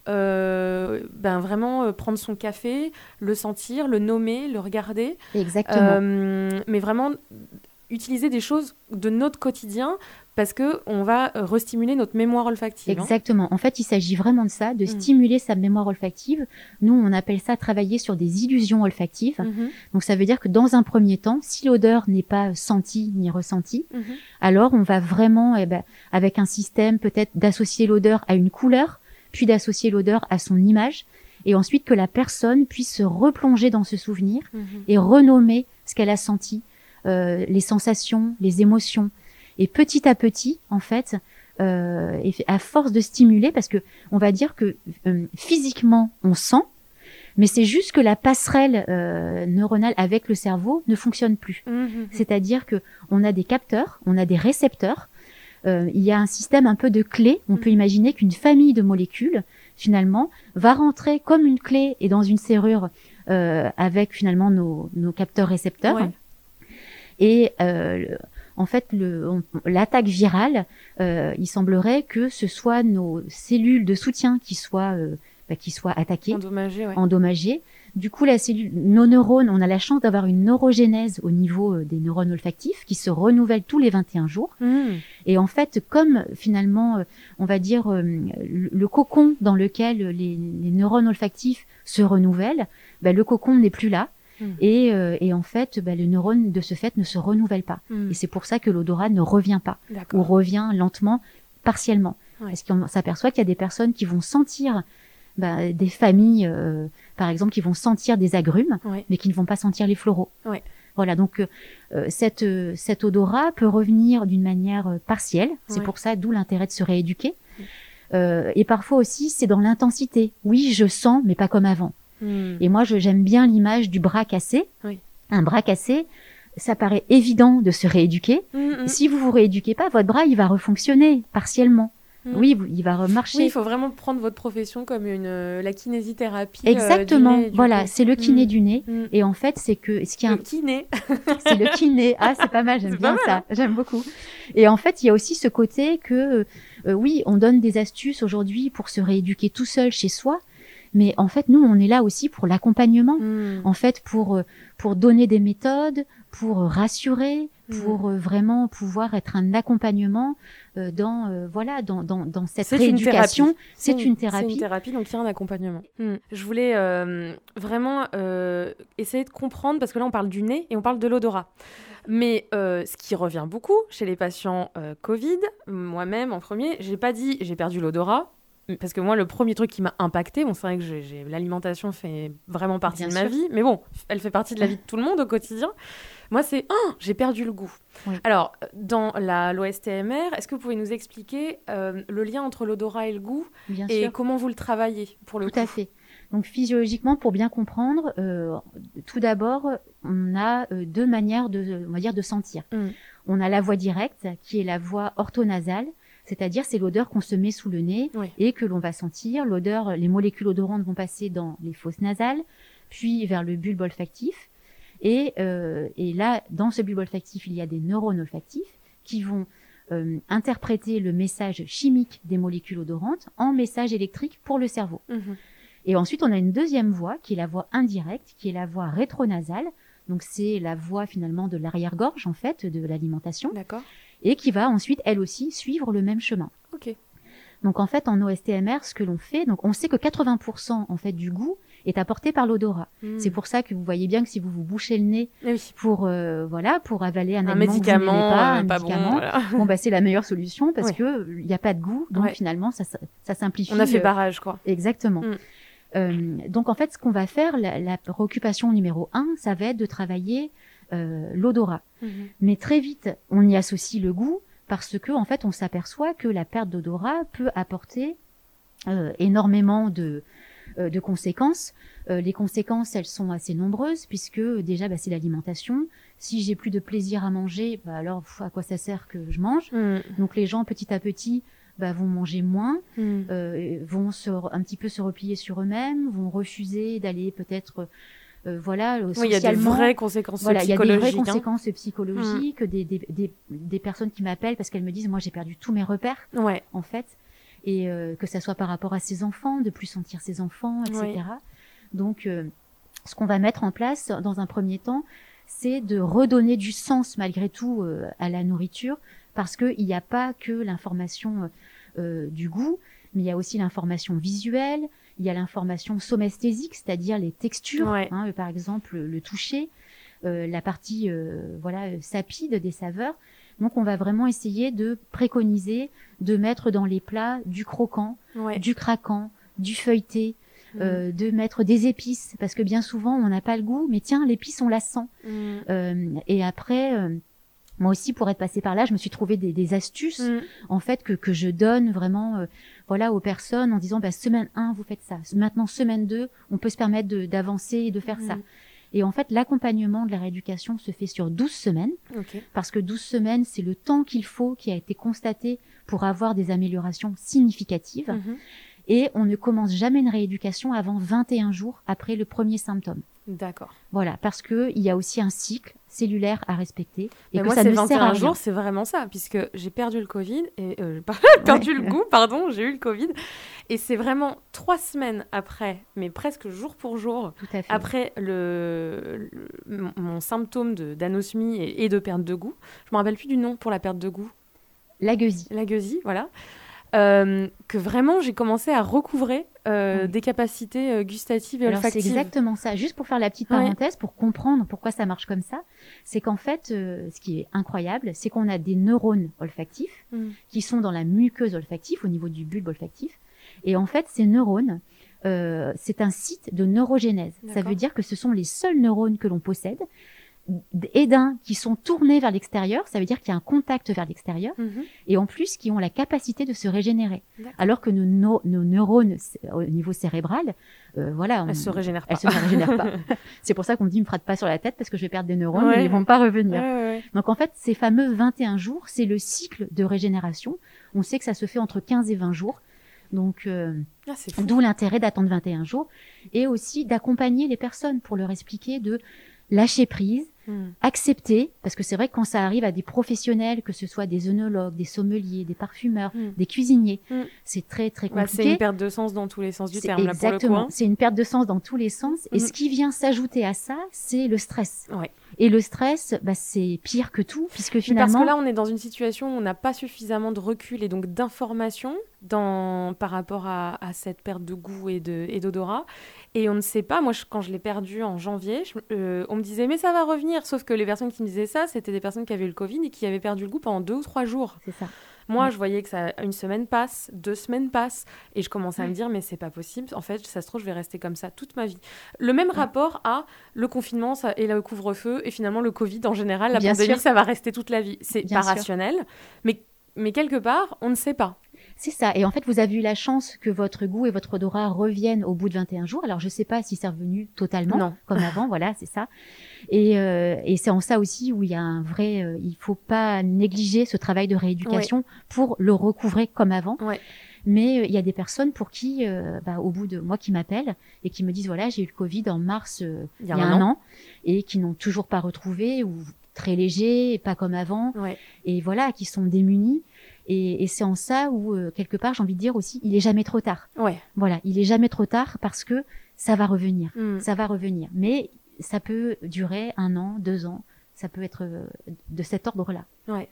euh, ben vraiment euh, prendre son café, le sentir, le nommer, le regarder. Exactement. Euh, mais vraiment utiliser des choses de notre quotidien parce qu'on va restimuler notre mémoire olfactive. Exactement. Hein. En fait, il s'agit vraiment de ça, de mmh. stimuler sa mémoire olfactive. Nous, on appelle ça travailler sur des illusions olfactives. Mmh. Donc, ça veut dire que dans un premier temps, si l'odeur n'est pas sentie ni ressentie, mmh. alors on va vraiment, eh ben, avec un système peut-être d'associer l'odeur à une couleur, puis d'associer l'odeur à son image, et ensuite que la personne puisse se replonger dans ce souvenir mmh. et renommer ce qu'elle a senti, euh, les sensations, les émotions. Et petit à petit, en fait, euh, et à force de stimuler, parce que on va dire que euh, physiquement, on sent, mais c'est juste que la passerelle euh, neuronale avec le cerveau ne fonctionne plus. Mmh. C'est-à-dire que on a des capteurs, on a des récepteurs. Euh, il y a un système un peu de clés. On mmh. peut imaginer qu'une famille de molécules, finalement, va rentrer comme une clé et dans une serrure euh, avec finalement nos, nos capteurs récepteurs. Ouais. Et euh, en fait, le, on, l'attaque virale, euh, il semblerait que ce soit nos cellules de soutien qui soient, euh, bah, qui soient attaquées, endommagées, ouais. endommagées. Du coup, la cellule, nos neurones, on a la chance d'avoir une neurogénèse au niveau euh, des neurones olfactifs qui se renouvellent tous les vingt et un jours. Mmh. Et en fait, comme finalement, euh, on va dire, euh, le, le cocon dans lequel les, les neurones olfactifs se renouvellent, bah, le cocon n'est plus là. Mmh. Et, euh, et en fait, bah, le neurone de ce fait ne se renouvelle pas. Mmh. Et c'est pour ça que l'odorat ne revient pas. D'accord. Ou revient lentement, partiellement. Ouais. Parce qu'on s'aperçoit qu'il y a des personnes qui vont sentir bah, des familles, euh, par exemple, qui vont sentir des agrumes, ouais. mais qui ne vont pas sentir les floraux. Ouais. Voilà, donc euh, cette, euh, cet odorat peut revenir d'une manière euh, partielle. C'est ouais. pour ça, d'où l'intérêt de se rééduquer. Ouais. Euh, et parfois aussi, c'est dans l'intensité. Oui, je sens, mais pas comme avant. Mmh. Et moi, je, j'aime bien l'image du bras cassé. Oui. Un bras cassé, ça paraît évident de se rééduquer. Mmh. Si vous vous rééduquez pas, votre bras, il va refonctionner partiellement. Mmh. Oui, il va remarcher. Oui, il faut vraiment prendre votre profession comme une euh, la kinésithérapie. Exactement. Euh, du nez, du voilà, coup. c'est le kiné mmh. du nez. Mmh. Et en fait, c'est que ce qui est le un kiné. c'est le kiné. Ah, c'est pas mal. J'aime c'est bien ça. Mal, hein. J'aime beaucoup. Et en fait, il y a aussi ce côté que euh, oui, on donne des astuces aujourd'hui pour se rééduquer tout seul chez soi. Mais en fait, nous, on est là aussi pour l'accompagnement, mmh. en fait, pour pour donner des méthodes, pour rassurer, mmh. pour euh, vraiment pouvoir être un accompagnement euh, dans euh, voilà dans dans dans cette c'est rééducation. Une c'est, c'est une thérapie. C'est une thérapie, donc il y a un accompagnement. Mmh. Je voulais euh, vraiment euh, essayer de comprendre parce que là, on parle du nez et on parle de l'odorat. Mais euh, ce qui revient beaucoup chez les patients euh, Covid, moi-même en premier, j'ai pas dit j'ai perdu l'odorat. Parce que moi, le premier truc qui m'a impacté, bon, c'est vrai que j'ai, j'ai, l'alimentation fait vraiment partie Bien de sûr. ma vie, mais bon, elle fait partie de la vie de tout le monde au quotidien. Moi, c'est oh, j'ai perdu le goût. Oui. Alors, dans la, l'O S T M R, est-ce que vous pouvez nous expliquer euh, le lien entre l'odorat et le goût Bien et sûr. Comment vous le travaillez pour le Tout coup ? Tout à fait. Donc, physiologiquement, pour bien comprendre, euh, tout d'abord, on a euh, deux manières de, on va dire, de sentir. Mm. On a la voie directe, qui est la voie orthonasale. C'est-à-dire, c'est l'odeur qu'on se met sous le nez oui. et que l'on va sentir. L'odeur, les molécules odorantes vont passer dans les fosses nasales, puis vers le bulbe olfactif. Et, euh, et là, dans ce bulbe olfactif, il y a des neurones olfactifs qui vont euh, interpréter le message chimique des molécules odorantes en message électrique pour le cerveau. Mmh. Et ensuite, on a une deuxième voie qui est la voie indirecte, qui est la voie rétronasale. Donc, c'est la voie finalement de l'arrière-gorge, en fait, de l'alimentation. D'accord. Et qui va ensuite, elle aussi, suivre le même chemin. Ok. Donc en fait, en O S T M R, ce que l'on fait, donc on sait que quatre-vingts pour cent en fait du goût est apporté par l'odorat. Mmh. C'est pour ça que vous voyez bien que si vous vous bouchez le nez oui. pour euh, voilà pour avaler un, un aliment médicament, que vous n'aimez pas, euh, un pas médicament, bon, voilà. bon bah c'est la meilleure solution parce ouais. que il y a pas de goût, donc ouais. finalement ça ça simplifie. On a fait barrage quoi. Exactement. Mmh. Euh, donc en fait, ce qu'on va faire, la, la préoccupation numéro un, ça va être de travailler euh, l'odorat. Mmh. Mais très vite, on y associe le goût. Parce que en fait, on s'aperçoit que la perte d'odorat peut apporter euh, énormément de, euh, de conséquences. Euh, les conséquences, elles sont assez nombreuses puisque déjà, bah, c'est l'alimentation. Si j'ai plus de plaisir à manger, bah, alors à quoi ça sert que je mange ? Mmh. Donc les gens, petit à petit, bah, vont manger moins, mmh. euh, vont se, un petit peu se replier sur eux-mêmes, vont refuser d'aller peut-être Euh, voilà, oui, il y a des vraies conséquences voilà, psychologiques. Il y a des vraies hein. conséquences psychologiques, mmh. des, des, des, des personnes qui m'appellent parce qu'elles me disent, moi j'ai perdu tous mes repères, ouais. en fait. et euh, que ça soit par rapport à ses enfants, de plus sentir ses enfants, et cetera. Oui. Donc, euh, ce qu'on va mettre en place dans un premier temps, c'est de redonner du sens malgré tout euh, à la nourriture, parce qu'il n'y a pas que l'information euh, du goût, mais il y a aussi l'information visuelle, il y a l'information somesthésique, c'est-à-dire les textures, ouais. hein, par exemple le toucher, euh, la partie euh, voilà sapide des saveurs. Donc on va vraiment essayer de préconiser, de mettre dans les plats du croquant, ouais. du craquant, du feuilleté, mmh. euh, de mettre des épices, parce que bien souvent on n'a pas le goût, mais tiens, l'épice on la sent. Mmh. Euh, et après... Euh, Moi aussi, pour être passée par là, je me suis trouvé des, des astuces, mmh. en fait, que, que je donne vraiment, euh, voilà, aux personnes en disant, bah, semaine un, vous faites ça. Maintenant, semaine deux, on peut se permettre de, d'avancer et de faire mmh. ça. Et en fait, l'accompagnement de la rééducation se fait sur douze semaines, okay. parce que douze semaines, c'est le temps qu'il faut, qui a été constaté pour avoir des améliorations significatives. Mmh. Et on ne commence jamais une rééducation avant vingt et un jours après le premier symptôme. D'accord. Voilà, parce que il y a aussi un cycle cellulaire à respecter. Et mais que moi, ça c'est ne vingt et un sert à jours, rien. c'est vraiment ça, puisque j'ai perdu le Covid, et euh, perdu ouais. le goût, pardon, j'ai eu le Covid. Et c'est vraiment trois semaines après, mais presque jour pour jour, Tout à fait. après le, le, mon, mon symptôme de, d'anosmie et, et de perte de goût. Je me rappelle plus du nom pour la perte de goût. La gueusie. La gueusie, voilà. Euh, que vraiment j'ai commencé à recouvrer euh, oui. des capacités euh, gustatives et Alors olfactives. C'est exactement ça. Juste pour faire la petite parenthèse, ouais. pour comprendre pourquoi ça marche comme ça, c'est qu'en fait, euh, ce qui est incroyable, c'est qu'on a des neurones olfactifs mm. qui sont dans la muqueuse olfactive, au niveau du bulbe olfactif. Et en fait, ces neurones, euh, c'est un site de neurogénèse. D'accord. Ça veut dire que ce sont les seuls neurones que l'on possède, et d'un qui sont tournés vers l'extérieur, ça veut dire qu'il y a un contact vers l'extérieur, mm-hmm. et en plus qui ont la capacité de se régénérer. D'accord. Alors que nos, nos, nos neurones au niveau cérébral, euh, voilà, elles on, se régénèrent pas. Elles se régénèrent pas. C'est pour ça qu'on me dit, me frappe pas sur la tête parce que je vais perdre des neurones, ouais. mais ils vont pas revenir. Ouais, ouais. Donc en fait, ces fameux vingt et un jours, c'est le cycle de régénération. On sait que ça se fait entre quinze et vingt jours. Donc, euh, ah, d'où l'intérêt d'attendre vingt et un jours et aussi d'accompagner les personnes pour leur expliquer de lâcher prise, mmh. accepter, parce que c'est vrai que quand ça arrive à des professionnels, que ce soit des œnologues, des sommeliers, des parfumeurs, mmh. des cuisiniers, mmh. c'est très très compliqué. Bah, c'est une perte de sens dans tous les sens du c'est terme, là, pour le coup. Hein. C'est une perte de sens dans tous les sens. Et ce qui vient s'ajouter à ça, c'est le stress. Ouais. Et le stress, bah, c'est pire que tout, puisque finalement... Parce que là, on est dans une situation où on n'a pas suffisamment de recul et donc d'informations dans... par rapport à, à cette perte de goût et, de... et d'odorat. Et on ne sait pas, moi, je, quand je l'ai perdu en janvier, je, euh, on me disait, mais ça va revenir. Sauf que les personnes qui me disaient ça, c'était des personnes qui avaient eu le Covid et qui avaient perdu le goût pendant deux ou trois jours. C'est ça. Moi, oui. je voyais que ça, une semaine passe, deux semaines passent, et je commençais à me dire, mais c'est pas possible. En fait, ça se trouve, je vais rester comme ça toute ma vie. Le même oui. rapport à le confinement ça, et le couvre-feu, et finalement le Covid en général, la Bien pandémie, sûr. ça va rester toute la vie. C'est Bien pas sûr. rationnel, mais, mais quelque part, on ne sait pas. C'est ça. Et en fait, vous avez eu la chance que votre goût et votre odorat reviennent au bout de vingt et un jours. Alors, je sais pas si c'est revenu totalement non. comme avant. Voilà, c'est ça. Et, euh, et c'est en ça aussi où il y a un vrai... Euh, il faut pas négliger ce travail de rééducation ouais. pour le recouvrer comme avant. Ouais. Mais il euh, y a des personnes pour qui, euh, bah, au bout de moi, qui m'appellent et qui me disent, voilà, j'ai eu le Covid en mars euh, il y a, y a un, un an. an et qui n'ont toujours pas retrouvé ou très léger, pas comme avant. Ouais. Et voilà, qui sont démunis. Et, et c'est en ça où, euh, quelque part, j'ai envie de dire aussi, il est jamais trop tard. Ouais. Voilà, il est jamais trop tard parce que ça va revenir. Mm. Ça va revenir. Mais ça peut durer un an, deux ans. Ça peut être euh, de cet ordre-là. Ouais.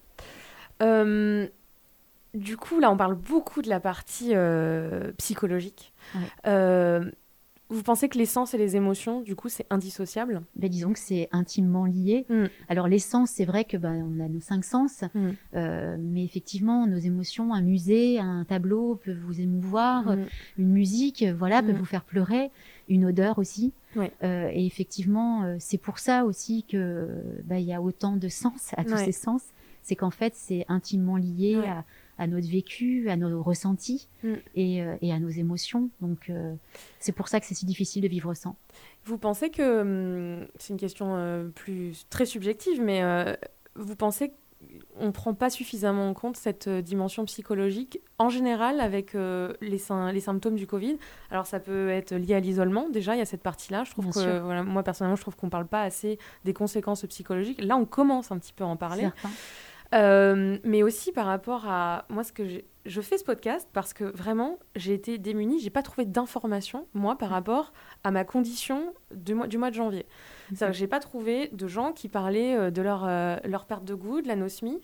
Euh, du coup, là, on parle beaucoup de la partie euh, psychologique. Ouais. Euh, Vous pensez que les sens et les émotions, du coup, c'est indissociable ? Ben, disons que c'est intimement lié. Mm. Alors, les sens, c'est vrai que ben, on a nos cinq sens, mm. euh, mais effectivement, nos émotions, un musée, un tableau peut vous émouvoir, mm. une musique, voilà, mm. peut vous faire pleurer, une odeur aussi. Ouais. Euh, et effectivement, euh, c'est pour ça aussi que ben, y a autant de sens à tous ouais. ces sens. C'est qu'en fait, c'est intimement lié ouais. à à notre vécu, à nos ressentis mm. et, euh, et à nos émotions. Donc, euh, c'est pour ça que c'est si difficile de vivre sans. Vous pensez que, hum, c'est une question euh, plus très subjective, mais euh, vous pensez qu'on ne prend pas suffisamment en compte cette euh, dimension psychologique en général avec euh, les, sy- les symptômes du Covid ? Alors, ça peut être lié à l'isolement. Déjà, il y a cette partie-là. Je trouve Bien que, sûr. voilà, moi, personnellement, je trouve qu'on ne parle pas assez des conséquences psychologiques. Là, on commence un petit peu à en parler. Certain. Euh, mais aussi par rapport à moi, ce que j'ai, je fais ce podcast parce que vraiment, j'ai été démunie. J'ai pas trouvé d'informations, moi, par rapport à ma condition du mois, du mois de janvier. Mm-hmm. C'est-à-dire que j'ai pas trouvé de gens qui parlaient euh, de leur, euh, leur perte de goût, de l'anosmie.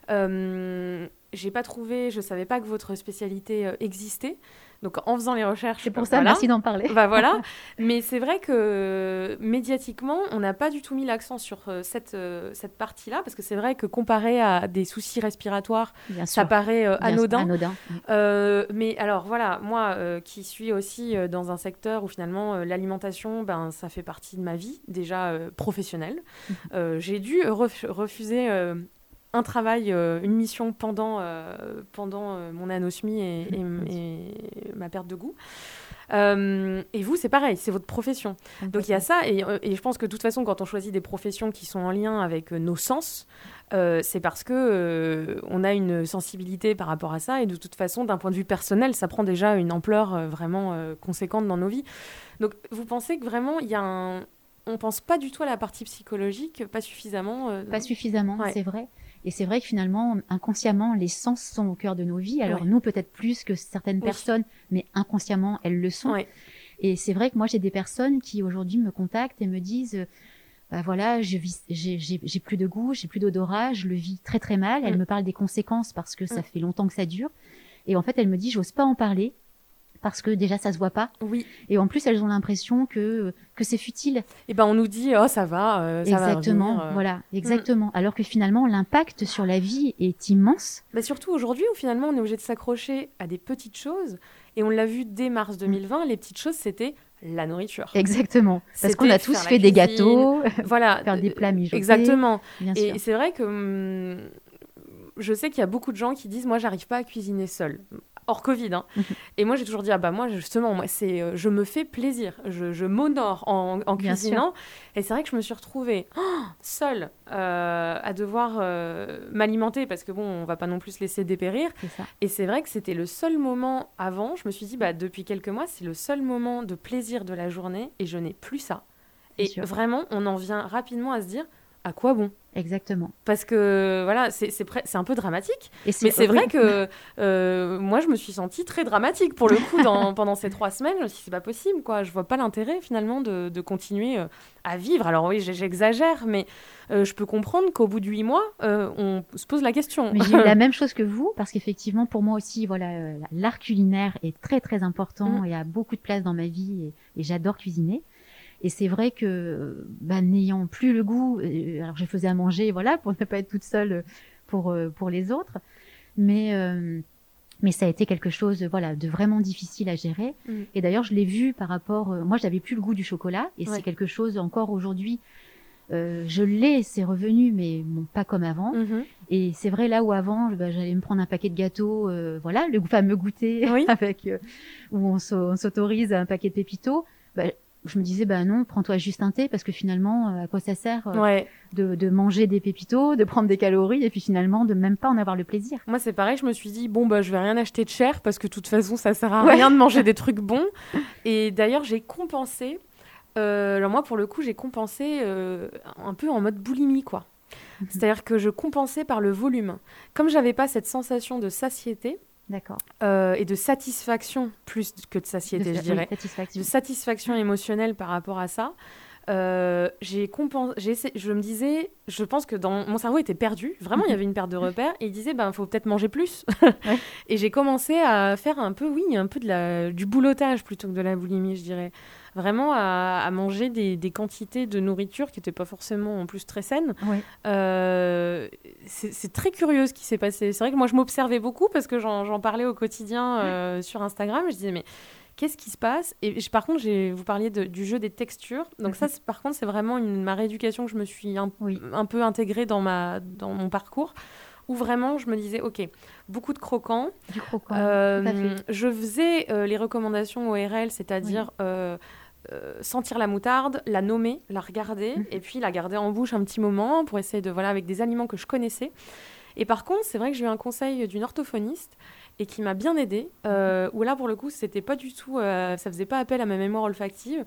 Euh, j'ai pas trouvé, je savais pas que votre spécialité euh, existait. Donc en faisant les recherches, c'est pour ça, voilà. Merci d'en parler. Bah voilà. Mais c'est vrai que médiatiquement, on n'a pas du tout mis l'accent sur euh, cette euh, cette partie-là, parce que c'est vrai que comparé à des soucis respiratoires, Bien ça sûr. paraît euh, anodin. Bien, anodin. Euh, mais alors voilà, moi euh, qui suis aussi euh, dans un secteur où finalement euh, l'alimentation, ben ça fait partie de ma vie déjà euh, professionnelle. euh, j'ai dû ref- refuser. Euh, un travail, euh, une mission pendant, euh, pendant euh, mon anosmie et, et, et ma perte de goût. Euh, et vous, c'est pareil, c'est votre profession. Donc il y a ça, et, et je pense que de toute façon, quand on choisit des professions qui sont en lien avec euh, nos sens, euh, c'est parce que euh, on a une sensibilité par rapport à ça, et de toute façon, d'un point de vue personnel, ça prend déjà une ampleur euh, vraiment euh, conséquente dans nos vies. Donc vous pensez que vraiment, il y a un... on pense pas du tout à la partie psychologique, pas suffisamment. Euh... Pas suffisamment, ouais. C'est vrai. Et c'est vrai que finalement, inconsciemment, les sens sont au cœur de nos vies. Alors oui. nous, peut-être plus que certaines oui. personnes, mais inconsciemment, elles le sont. Oui. Et c'est vrai que moi, j'ai des personnes qui aujourd'hui me contactent et me disent, euh, bah voilà, je vis, j'ai, j'ai, j'ai plus de goût, j'ai plus d'odorat, je le vis très très mal. Mm. Elles me parlent des conséquences parce que ça mm. fait longtemps que ça dure. Et en fait, elles me disent, j'ose pas en parler. Parce que déjà ça se voit pas. Oui. Et en plus elles ont l'impression que que c'est futile. Et ben on nous dit oh ça va, euh, ça exactement, va revenir, euh... voilà, exactement. Mm. Alors que finalement l'impact sur la vie est immense. Mais surtout aujourd'hui où finalement on est obligé de s'accrocher à des petites choses et on l'a vu dès mars deux mille vingt, mm. les petites choses c'était la nourriture. Exactement. Parce c'était qu'on a tous fait cuisine, des gâteaux, voilà, faire des plats mijotés. Exactement. Bien et sûr. c'est vrai que hum, je sais qu'il y a beaucoup de gens qui disent moi j'arrive pas à cuisiner seule. Hors Covid, hein. Mm-hmm. Et moi j'ai toujours dit ah bah moi justement moi c'est euh, je me fais plaisir, je, je m'honore en, en cuisinant. Et c'est vrai que je me suis retrouvée oh, seule euh, à devoir euh, m'alimenter parce que bon on va pas non plus se laisser dépérir. C'est ça. Et c'est vrai que c'était le seul moment avant. Je me suis dit bah depuis quelques mois c'est le seul moment de plaisir de la journée et je n'ai plus ça. C'est et sûr. Vraiment on en vient rapidement à se dire à quoi bon. Exactement. Parce que voilà, c'est, c'est, pré- c'est un peu dramatique. Et c'est, mais c'est oui. vrai que euh, moi, je me suis sentie très dramatique pour le coup dans, pendant ces trois semaines. Je me suis dit, c'est pas possible, quoi. Je vois pas l'intérêt finalement de, de continuer euh, à vivre. Alors oui, j'exagère, mais euh, je peux comprendre qu'au bout de huit mois, euh, on se pose la question. Mais j'ai eu la même chose que vous, parce qu'effectivement, pour moi aussi, voilà, euh, l'art culinaire est très très important mmh. et a beaucoup de place dans ma vie et, et j'adore cuisiner. Et c'est vrai que, bah, n'ayant plus le goût, euh, alors je faisais à manger, voilà, pour ne pas être toute seule pour euh, pour les autres, mais euh, mais ça a été quelque chose, voilà, de vraiment difficile à gérer. Mm. Et d'ailleurs, je l'ai vu par rapport, euh, moi, j'avais plus le goût du chocolat, et ouais. c'est quelque chose encore aujourd'hui. Euh, je l'ai, c'est revenu, mais bon, pas comme avant. Mm-hmm. Et c'est vrai là où avant, bah, j'allais me prendre un paquet de gâteaux, euh, voilà, le fameux goûter oui. avec euh, où on, on s'autorise un paquet de pépitos. Bah, je me disais, bah non, prends-toi juste un thé, parce que finalement, à quoi ça sert euh, ouais. de, de manger des pépitos, de prendre des calories, et puis finalement, de même pas en avoir le plaisir. Moi, c'est pareil, je me suis dit, bon, bah, je vais rien acheter de cher, parce que de toute façon, ça sert à ouais. rien de manger des trucs bons. Et d'ailleurs, j'ai compensé, euh, alors moi, pour le coup, j'ai compensé euh, un peu en mode boulimie, quoi. Mm-hmm. C'est-à-dire que je compensais par le volume. Comme j'avais pas cette sensation de satiété, D'accord. Euh, et de satisfaction plus que de satiété, de, je dirais. Oui, satisfaction. De satisfaction émotionnelle par rapport à ça. Euh, j'ai compens- j'ai essayé, je me disais, je pense que dans, mon cerveau était perdu. Vraiment, il y avait une perte de repères. Et il disait, ben, faut peut-être manger plus. Ouais. Et j'ai commencé à faire un peu, oui, un peu de la, du boulotage plutôt que de la boulimie, je dirais. Vraiment à, à manger des, des quantités de nourriture qui n'étaient pas forcément en plus très saines. Ouais. Euh, c'est, c'est très curieux ce qui s'est passé. C'est vrai que moi, je m'observais beaucoup parce que j'en, j'en parlais au quotidien euh, ouais. sur Instagram. Je disais, mais qu'est-ce qui se passe ? Et je, par contre, j'ai, vous parliez de, du jeu des textures. Donc mm-hmm. ça, c'est, par contre, c'est vraiment une, ma rééducation que je me suis un, oui. un peu intégrée dans, ma, dans mon parcours. Où vraiment, je me disais, OK, beaucoup de croquants. Du croquant, euh, tout à fait. Je faisais euh, les recommandations O R L, c'est-à-dire oui. euh, euh, sentir la moutarde, la nommer, la regarder, mmh. et puis la garder en bouche un petit moment pour essayer de, voilà, avec des aliments que je connaissais. Et par contre, c'est vrai que j'ai eu un conseil d'une orthophoniste et qui m'a bien aidée, euh, où là, pour le coup, c'était pas du tout, euh, ça faisait pas appel à ma mémoire olfactive.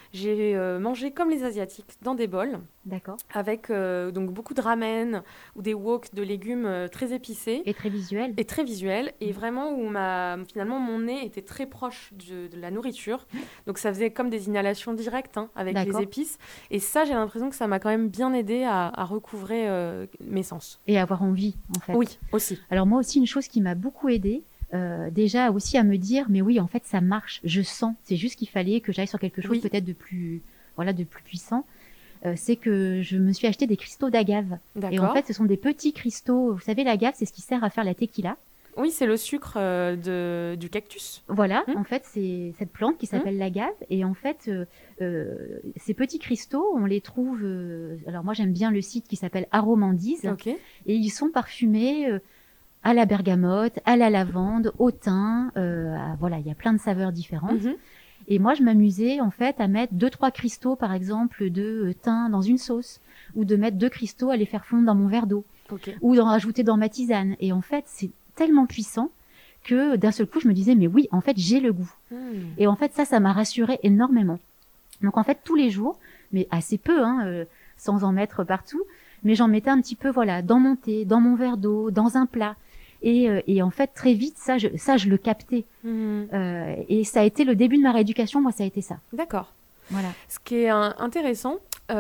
j'ai euh, mangé comme les Asiatiques dans des bols D'accord. avec euh, donc beaucoup de ramen ou des woks de légumes euh, très épicés Et très visuel. et très visuels et Mhm. vraiment où ma, finalement mon nez était très proche de, de la nourriture. Donc ça faisait comme des inhalations directes hein, avec D'accord. les épices. Et ça, j'ai l'impression que ça m'a quand même bien aidé à, à recouvrer euh, mes sens. Et avoir envie, en fait. Oui, aussi. Alors moi aussi, une chose qui m'a beaucoup aidée, euh, déjà aussi à me dire, mais oui, en fait, ça marche, je sens. C'est juste qu'il fallait que j'aille sur quelque chose Oui. peut-être de plus, voilà, de plus puissant. Euh, c'est que je me suis acheté des cristaux d'agave. D'accord. Et en fait, ce sont des petits cristaux. Vous savez, l'agave, c'est ce qui sert à faire la tequila. Oui, c'est le sucre euh, de, du cactus. Voilà, Mmh. en fait, c'est cette plante qui s'appelle l'agave. Et en fait, euh, euh, ces petits cristaux, on les trouve. Euh, alors moi, j'aime bien le site qui s'appelle Aromandise. Ok. Et ils sont parfumés euh, à la bergamote, à la lavande, au thym. Euh, à- voilà, il y a plein de saveurs différentes. Mhm. Et moi, je m'amusais en fait à mettre deux, trois cristaux, par exemple, de euh, thym dans une sauce, ou de mettre deux cristaux à les faire fondre dans mon verre d'eau, Ok. ou d'en rajouter dans ma tisane. Et en fait, c'est tellement puissant que d'un seul coup, je me disais, mais oui, en fait, j'ai le goût. Mmh. Et en fait, ça, ça m'a rassurée énormément. Donc en fait, tous les jours, mais assez peu, hein, euh, sans en mettre partout, mais j'en mettais un petit peu, voilà, dans mon thé, dans mon verre d'eau, dans un plat. Et, euh, et en fait, très vite, ça, je, ça, je le captais. Mhm. Euh, et ça a été le début de ma rééducation. Moi, ça a été ça. D'accord. Voilà. Ce qui est un- intéressant,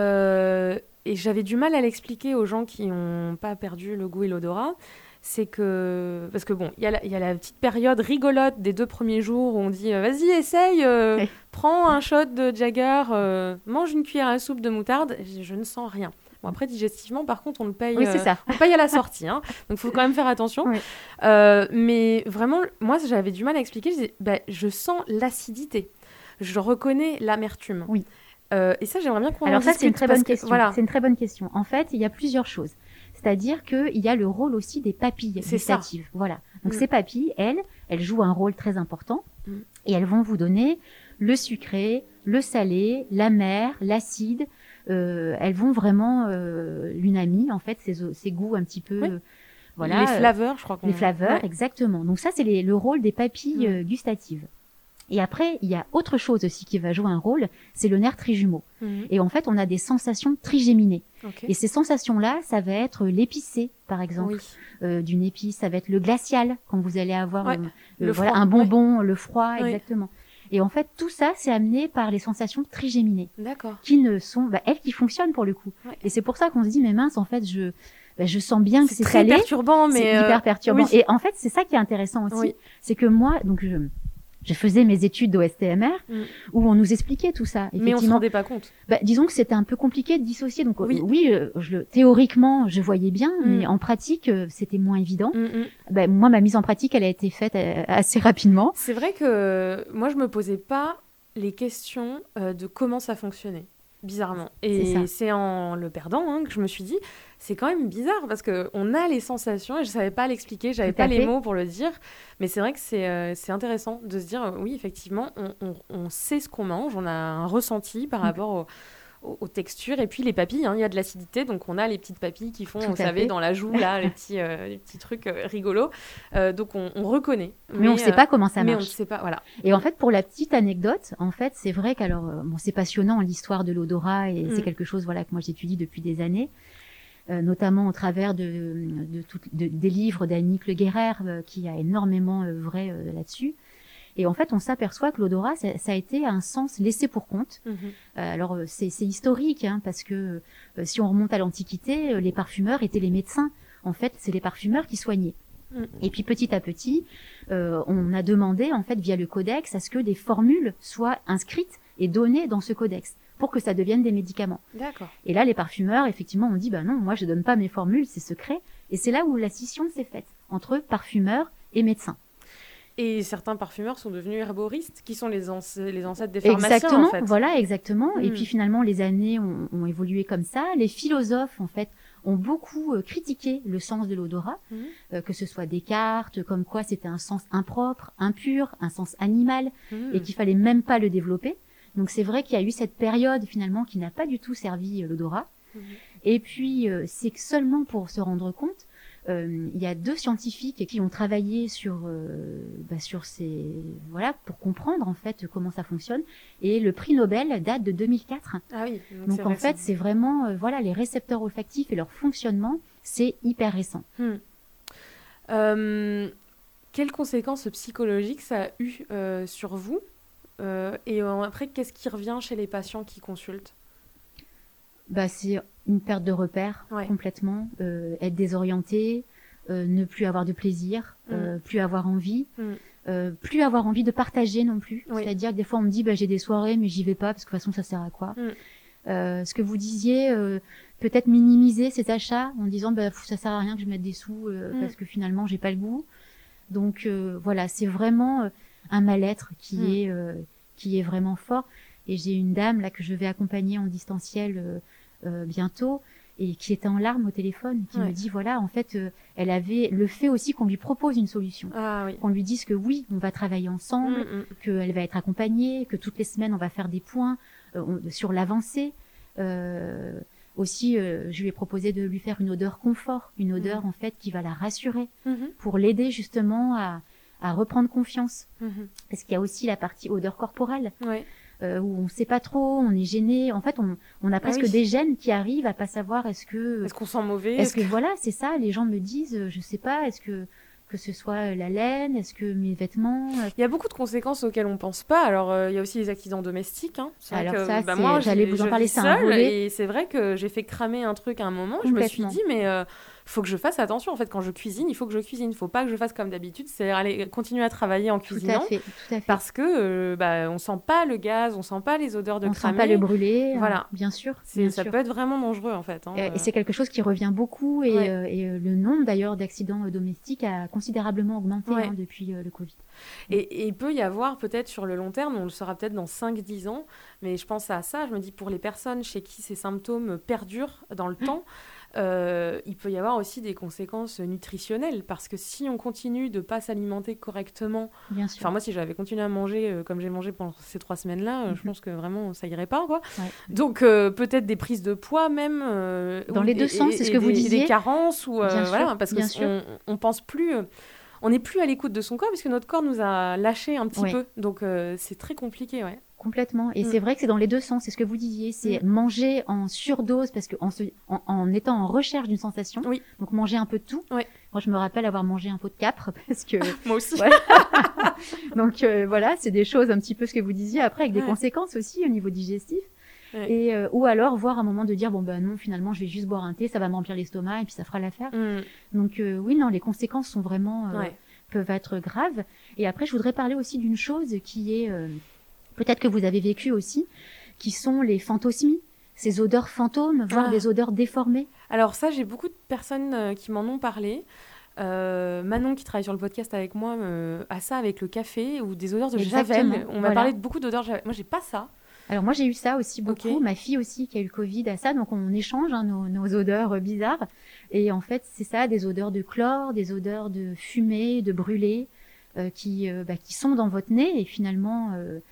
euh, et j'avais du mal à l'expliquer aux gens qui n'ont pas perdu le goût et l'odorat, c'est que... Parce que bon, il y, a la- il y a la petite période rigolote des deux premiers jours où on dit euh, vas-y, essaye, euh, Ouais. prends un shot de Jagger, euh, mange une cuillère à soupe de moutarde. Je, je ne sens rien. Bon, après, digestivement, par contre, on le paye, Oui, c'est euh, ça. on le paye à la sortie. Hein, donc, il faut quand même faire attention. Oui. Euh, mais vraiment, moi, j'avais du mal à expliquer. Je disais, bah, je sens l'acidité. Je reconnais l'amertume. Oui. Euh, et ça, j'aimerais bien qu'on en Alors ça, c'est une discute très parce bonne que- question. Voilà. C'est une très bonne question. En fait, il y a plusieurs choses. C'est-à-dire qu'il y a le rôle aussi des papilles C'est ça. gustatives. Voilà. Donc Mm. ces papilles, elles, elles jouent un rôle très important Mm. et elles vont vous donner le sucré, le salé, l'amer, l'acide. Euh, elles vont vraiment euh, l'unami, en fait, ces, ces goûts un petit peu... Oui. euh, voilà, les euh, flaveurs, je crois qu'on... les flaveurs, Ouais. exactement. Donc ça, c'est les- le rôle des papilles Mm. euh, gustatives. Et après, il y a autre chose aussi qui va jouer un rôle, c'est le nerf trijumeau. Mhm. Et en fait, on a des sensations trigéminées. Ok. Et ces sensations-là, ça va être l'épicé, par exemple, Oui. euh, d'une épice. Ça va être le glacial, quand vous allez avoir Ouais, euh, le euh, voilà, froid, un bonbon, le froid, Oui. exactement. Et en fait, tout ça, c'est amené par les sensations trigéminées, D'accord. qui ne sont, bah, elles qui fonctionnent pour le coup. Ouais. Et c'est pour ça qu'on se dit, mais mince, en fait, je, bah, je sens bien que C'est c'est très salé. perturbant, mais... C'est euh, hyper perturbant. oui. Et en fait, c'est ça qui est intéressant aussi. Oui. C'est que moi, donc, je, je faisais mes études d'O S T M R, Mm. où on nous expliquait tout ça. Mais on se Effectivement, rendait pas compte. bah, disons que c'était un peu compliqué de dissocier. Donc, Oui. oui, oui euh, je, le- théoriquement, je voyais bien, Mm. mais en pratique, euh, c'était moins évident. Mm, mm. Bah, moi, ma mise en pratique, elle a été faite euh, assez rapidement. C'est vrai que moi, je me posais pas les questions euh, de comment ça fonctionnait, bizarrement. C'est Et ça. c'est en le perdant hein, que je me suis dit, c'est quand même bizarre parce qu'on a les sensations et je savais pas l'expliquer, j'avais Tout à pas les fait. mots pour le dire. Mais c'est vrai que c'est euh, c'est intéressant de se dire, euh, oui, effectivement, on, on, on sait ce qu'on mange, on a un ressenti par Mm. rapport au- aux, aux textures et puis les papilles, hein, il y a de l'acidité, donc on a les petites papilles qui font, Tout vous à savez, fait. dans la joue, là, les petits, euh, les petits trucs euh, rigolos. Euh, donc on, on reconnaît. Mais, on ne sait euh, pas comment ça mais on ne marche. sait pas, voilà. Et en fait, pour la petite anecdote, en fait, c'est vrai qu'alors, euh, bon, c'est passionnant l'histoire de l'odorat et Mm. c'est quelque chose, voilà, que moi j'étudie depuis des années, euh, notamment au travers de, de, tout- de- des livres d'Annick Le Guerrer, euh, qui a énormément œuvré euh, là-dessus. Et en fait, on s'aperçoit que l'odorat, ça, ça a été un sens laissé pour compte. Mhm. Euh, alors, euh, c'est c'est historique, hein, parce que euh, si on remonte à l'Antiquité, euh, les parfumeurs étaient les médecins. En fait, c'est les parfumeurs qui soignaient. Mm. Et puis petit à petit, euh, on a demandé, en fait, via le codex, à ce que des formules soient inscrites et données dans ce codex pour que ça devienne des médicaments. D'accord. Et là, les parfumeurs, effectivement, ont dit, bah non, moi, je donne pas mes formules, c'est secret. Et c'est là où la scission s'est faite entre parfumeurs et médecins. Et certains parfumeurs sont devenus herboristes, qui sont les, anci- les ancêtres des pharmaciens, Exactement, en fait. voilà, exactement. Et Mm. puis finalement, les années ont, ont évolué comme ça. Les philosophes, en fait, ont beaucoup euh, critiqué le sens de l'odorat, Mhm. euh, que ce soit Descartes, comme quoi c'était un sens impropre, impur, un sens animal, Mhm. et qu'il fallait même pas le développer. Donc c'est vrai qu'il y a eu cette période finalement qui n'a pas du tout servi euh, l'odorat. Mhm. Et puis euh, c'est que seulement pour se rendre compte Euh, il y a deux scientifiques qui ont travaillé sur, euh, bah, sur ces, voilà, pour comprendre en fait comment ça fonctionne. Et le prix Nobel date de deux mille quatre. Ah oui. Donc, donc en fait, c'est vraiment, euh, voilà, les récepteurs olfactifs et leur fonctionnement, c'est hyper récent. Hmm. Euh, quelles conséquences psychologiques ça a eu euh, sur vous euh, et euh, après, qu'est-ce qui revient chez les patients qui consultent? Bah, c'est une perte de repère, ouais. complètement, euh, être désorienté, euh, ne plus avoir de plaisir, mm. euh, plus avoir envie, mm. euh, plus avoir envie de partager non plus. Oui. C'est-à-dire que des fois on me dit bah, j'ai des soirées mais j'y vais pas parce que de toute façon ça sert à quoi. Mm. Euh, ce que vous disiez, euh, peut-être minimiser ces achats en disant bah, ça sert à rien que je mette des sous euh, mm. parce que finalement j'ai pas le goût. Donc euh, voilà, c'est vraiment euh, un mal-être qui mm. est euh, qui est vraiment fort. Et j'ai une dame là que je vais accompagner en distanciel euh, euh, bientôt et qui était en larmes au téléphone, qui ouais. me dit voilà en fait euh, elle avait le fait aussi qu'on lui propose une solution, ah, oui. qu'on lui dise que oui on va travailler ensemble, mm, mm. qu'elle va être accompagnée, que toutes les semaines on va faire des points euh, on, sur l'avancée. Euh, aussi euh, je lui ai proposé de lui faire une odeur confort, une odeur mm. en fait qui va la rassurer mm-hmm. pour l'aider justement à, à reprendre confiance. Mm-hmm. Parce qu'il y a aussi la partie odeur corporelle. Ouais. Euh, où on sait pas trop, on est gêné. En fait, on, on a presque ah oui. des gènes qui arrivent à pas savoir est-ce que... Est-ce qu'on sent mauvais? Est-ce que, voilà, c'est ça, les gens me disent, euh, je sais pas, est-ce que que ce soit la laine, est-ce que mes vêtements... Il y a beaucoup de conséquences auxquelles on pense pas. Alors, euh, il y a aussi les accidents domestiques. Hein. C'est Alors que, ça, bah, c'est... moi, j'allais vous en parler, c'est un volet. Et c'est vrai que j'ai fait cramer un truc à un moment. Je me suis dit, mais... Euh, faut que je fasse attention en fait quand je cuisine, il faut que je cuisine, faut pas que je fasse comme d'habitude, c'est aller continuer à travailler en cuisinant. Tout à fait, tout à fait. Parce que euh, bah on sent pas le gaz, on sent pas les odeurs de on cramé. On sent pas le brûlé, voilà, hein, bien sûr. C'est, bien ça sûr. peut être vraiment dangereux en fait. Hein, et, euh... et c'est quelque chose qui revient beaucoup et, ouais. euh, et euh, le nombre d'ailleurs d'accidents euh, domestiques a considérablement augmenté ouais. hein, depuis euh, le Covid. Et, et il peut y avoir peut-être sur le long terme, on le saura peut-être dans cinq à dix ans, mais je pense à ça, je me dis pour les personnes chez qui ces symptômes perdurent dans le temps. Euh, il peut y avoir aussi des conséquences nutritionnelles parce que si on continue de ne pas s'alimenter correctement, enfin moi si j'avais continué à manger euh, comme j'ai mangé pendant ces trois semaines-là, euh, mm-hmm. je pense que vraiment ça irait pas quoi. Ouais. Donc euh, peut-être des prises de poids même euh, dans les deux et, sens, et, c'est ce et que des, vous disiez. Des carences ou euh, bien voilà sûr, parce bien que sûr. on, on pense plus. Euh, on n'est plus à l'écoute de son corps puisque notre corps nous a lâché un petit ouais. peu, donc euh, c'est très compliqué, ouais. Complètement. Et mm. c'est vrai que c'est dans les deux sens. C'est ce que vous disiez. C'est mm. manger en surdose parce que en, se, en, en étant en recherche d'une sensation. Oui. Donc manger un peu de tout. Oui. Moi, je me rappelle avoir mangé un pot de capre parce que. Moi aussi. Voilà. Donc euh, voilà, c'est des choses un petit peu ce que vous disiez après avec des ouais. conséquences aussi au niveau digestif. Ouais. Et euh, ou alors voir un moment de dire bon ben non finalement je vais juste boire un thé, ça va me remplir l'estomac et puis ça fera l'affaire. Mm. Donc euh, oui non les conséquences sont vraiment euh, ouais. peuvent être graves. Et après je voudrais parler aussi d'une chose qui est euh, peut-être que vous avez vécu aussi, qui sont les phantosmies, ces odeurs fantômes, voire ah. des odeurs déformées. Alors ça, j'ai beaucoup de personnes euh, qui m'en ont parlé. Euh, Manon, qui travaille sur le podcast avec moi, euh, a ça avec le café ou des odeurs de Exactement. javel. On voilà. m'a parlé de beaucoup d'odeurs de javel. Moi, j'ai pas ça. Alors moi, j'ai eu ça aussi beaucoup. Okay. Ma fille aussi qui a eu le Covid a ça. Donc on échange hein, nos, nos odeurs euh, bizarres. Et en fait, c'est ça, des odeurs de chlore, des odeurs de fumée, de brûlé, euh, qui, euh, bah, qui sont dans votre nez et finalement... Euh,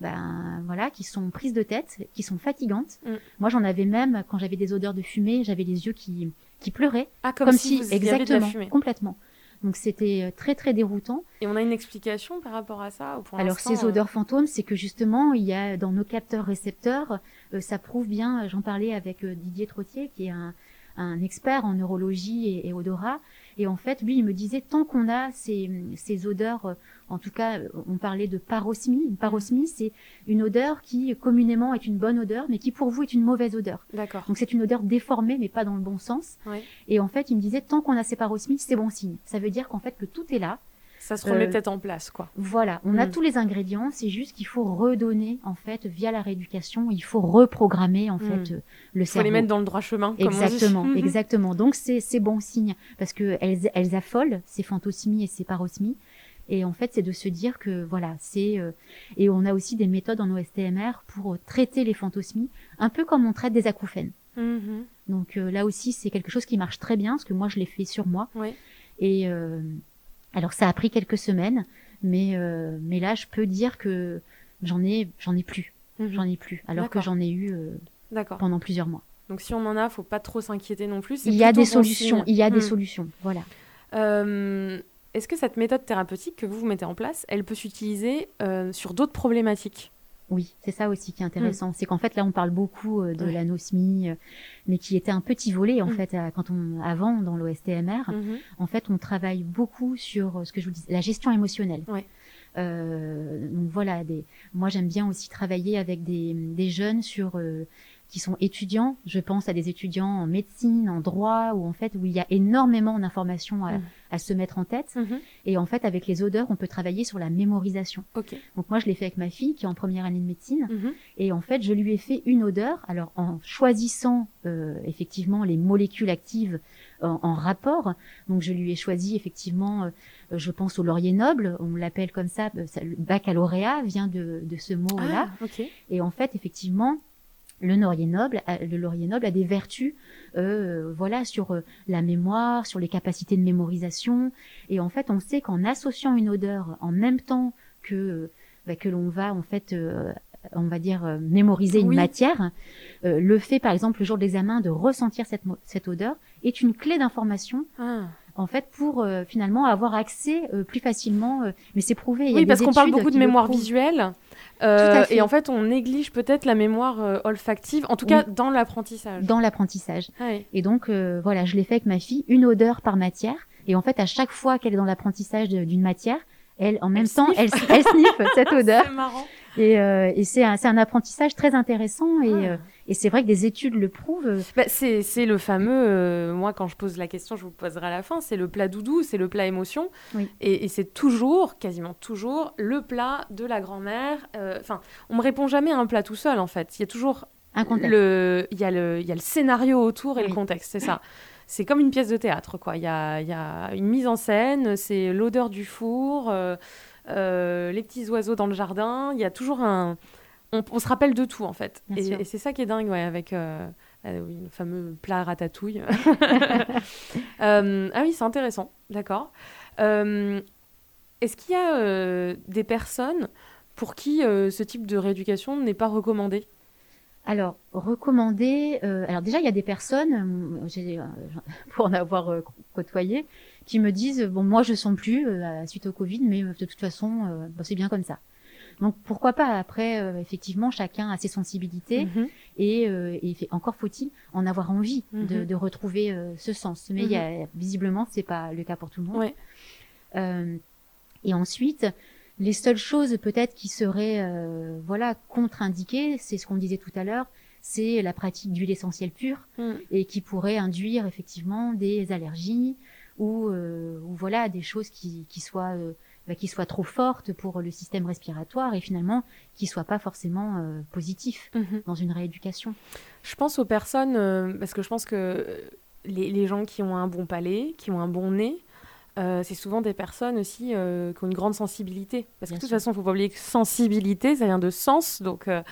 ben voilà, qui sont prises de tête, qui sont fatigantes. Mm. Moi, j'en avais même quand j'avais des odeurs de fumée, j'avais les yeux qui qui pleuraient, ah, comme, comme si, si vous exactement, de la fumée. Complètement. Donc c'était très très déroutant. Et on a une explication par rapport à ça ou pour Alors ces odeurs euh... fantômes, c'est que justement il y a dans nos capteurs récepteurs, euh, ça prouve bien. J'en parlais avec euh, Didier Trottier, qui est un un expert en neurologie et, et odorat. Et en fait, lui, il me disait, tant qu'on a ces, ces odeurs, en tout cas, on parlait de parosmie. Une parosmie, c'est une odeur qui, communément, est une bonne odeur, mais qui, pour vous, est une mauvaise odeur. D'accord. Donc, c'est une odeur déformée, mais pas dans le bon sens. Oui. Et en fait, il me disait, tant qu'on a ces parosmies, c'est bon signe. Ça veut dire qu'en fait, que tout est là. Ça se remet euh, peut-être en place, quoi. Voilà, on mmh. a tous les ingrédients, c'est juste qu'il faut redonner, en fait, via la rééducation, il faut reprogrammer, en mmh. fait, euh, le cerveau. Il faut les mettre dans le droit chemin, comme exactement, on dit. Exactement. Donc, c'est, c'est bon signe, parce que elles, elles affolent, ces phantosmies et ces parosmies. Et en fait, c'est de se dire que, voilà, c'est... Euh, et on a aussi des méthodes en O S T M R pour traiter les phantosmies, un peu comme on traite des acouphènes. Mmh. Donc, euh, là aussi, c'est quelque chose qui marche très bien, parce que moi, je l'ai fait sur moi. Oui. Et... Euh, Alors ça a pris quelques semaines, mais euh, mais là je peux dire que j'en ai j'en ai plus, mmh. j'en ai plus, alors D'accord. que j'en ai eu euh, pendant plusieurs mois. Donc si on en a, faut pas trop s'inquiéter non plus. C'est il y a des bon solutions. signe. Il y a mmh. des solutions. Voilà. Euh, est-ce que cette méthode thérapeutique que vous, vous mettez en place, elle peut s'utiliser euh, sur d'autres problématiques ? Oui, c'est ça aussi qui est intéressant. Mmh. C'est qu'en fait, là, on parle beaucoup euh, de ouais. l'anosmie, euh, mais qui était un petit volet, en mmh. fait, à, quand on, avant, dans l'O S T M R. Mmh. En fait, on travaille beaucoup sur euh, ce que je vous dis, la gestion émotionnelle. Ouais. Euh, donc voilà, des, moi, j'aime bien aussi travailler avec des, des jeunes sur... Euh, qui sont étudiants, je pense à des étudiants en médecine, en droit, où en fait où il y a énormément d'informations à, mmh. à se mettre en tête. Mmh. Et en fait, avec les odeurs, on peut travailler sur la mémorisation. Okay. Donc moi, je l'ai fait avec ma fille qui est en première année de médecine. Mmh. Et en fait, je lui ai fait une odeur. Alors, en choisissant euh, effectivement les molécules actives en, en rapport. Donc, je lui ai choisi effectivement, euh, je pense au laurier noble. On l'appelle comme ça. ça le baccalauréat vient de, de ce mot-là. Ah, okay. Et en fait, effectivement. Le laurier noble, le laurier noble a des vertus, euh, voilà, sur euh, la mémoire, sur les capacités de mémorisation. Et en fait, on sait qu'en associant une odeur en même temps que bah, que l'on va en fait, euh, on va dire euh, mémoriser une oui. matière, euh, le fait, par exemple, le jour de l'examen, de ressentir cette cette odeur est une clé d'information. Ah. En fait, pour euh, finalement avoir accès euh, plus facilement, euh, mais c'est prouvé. Il oui, y a parce des qu'on parle études beaucoup de mémoire visuelle, euh, et en fait, on néglige peut-être la mémoire euh, olfactive, en tout oui. cas dans l'apprentissage. Dans l'apprentissage. Ah oui. Et donc, euh, voilà, je l'ai fait avec ma fille, une odeur par matière, et en fait, à chaque fois qu'elle est dans l'apprentissage de, d'une matière, elle, en même elle temps, elle, elle sniffe cette odeur. C'est marrant. Et, euh, et c'est un, c'est un apprentissage très intéressant et, ah. euh, et c'est vrai que des études le prouvent. Bah, c'est, c'est le fameux, euh, moi quand je pose la question, je vous poserai à la fin, c'est le plat doudou, c'est le plat émotion. Oui. Et, et c'est toujours, quasiment toujours, le plat de la grand-mère. Enfin, euh, on me répond jamais à un plat tout seul en fait. Il y a toujours un contexte. Le, il y a le, il y a le scénario autour et oui. le contexte, c'est ça. C'est comme une pièce de théâtre, quoi. Il y a, il y a une mise en scène, c'est l'odeur du four. Euh, Euh, les petits oiseaux dans le jardin, il y a toujours un... On, on se rappelle de tout, en fait. Et, et c'est ça qui est dingue, ouais, avec euh, euh, oui, le fameux plat ratatouille. euh, ah oui, c'est intéressant, d'accord. Euh, est-ce qu'il y a euh, des personnes pour qui euh, ce type de rééducation n'est pas recommandé ? Alors, recommandé... Euh, alors déjà, il y a des personnes, j'ai, euh, pour en avoir euh, côtoyé, qui me disent bon moi je sens plus euh, suite au Covid mais de toute façon euh, bah, c'est bien comme ça. Donc pourquoi pas après euh, effectivement chacun a ses sensibilités mm-hmm. et, euh, et encore faut-il en avoir envie mm-hmm. de, de retrouver euh, ce sens. Mais il mm-hmm. y a visiblement c'est pas le cas pour tout le monde. Ouais. Euh, et ensuite les seules choses peut-être qui seraient euh, voilà contre-indiquées, c'est ce qu'on disait tout à l'heure, c'est la pratique d'huile essentielle pure mm. et qui pourrait induire effectivement des allergies. Ou, euh, ou voilà des choses qui, qui soient euh, bah, qui soient trop fortes pour le système respiratoire et finalement qui soient pas forcément euh, positifs mm-hmm. dans une rééducation. Je pense aux personnes euh, parce que je pense que les, les gens qui ont un bon palais, qui ont un bon nez, euh, c'est souvent des personnes aussi euh, qui ont une grande sensibilité. Parce que Bien de toute sûr. façon, il faut pas oublier que sensibilité, ça vient de sens, donc. Euh,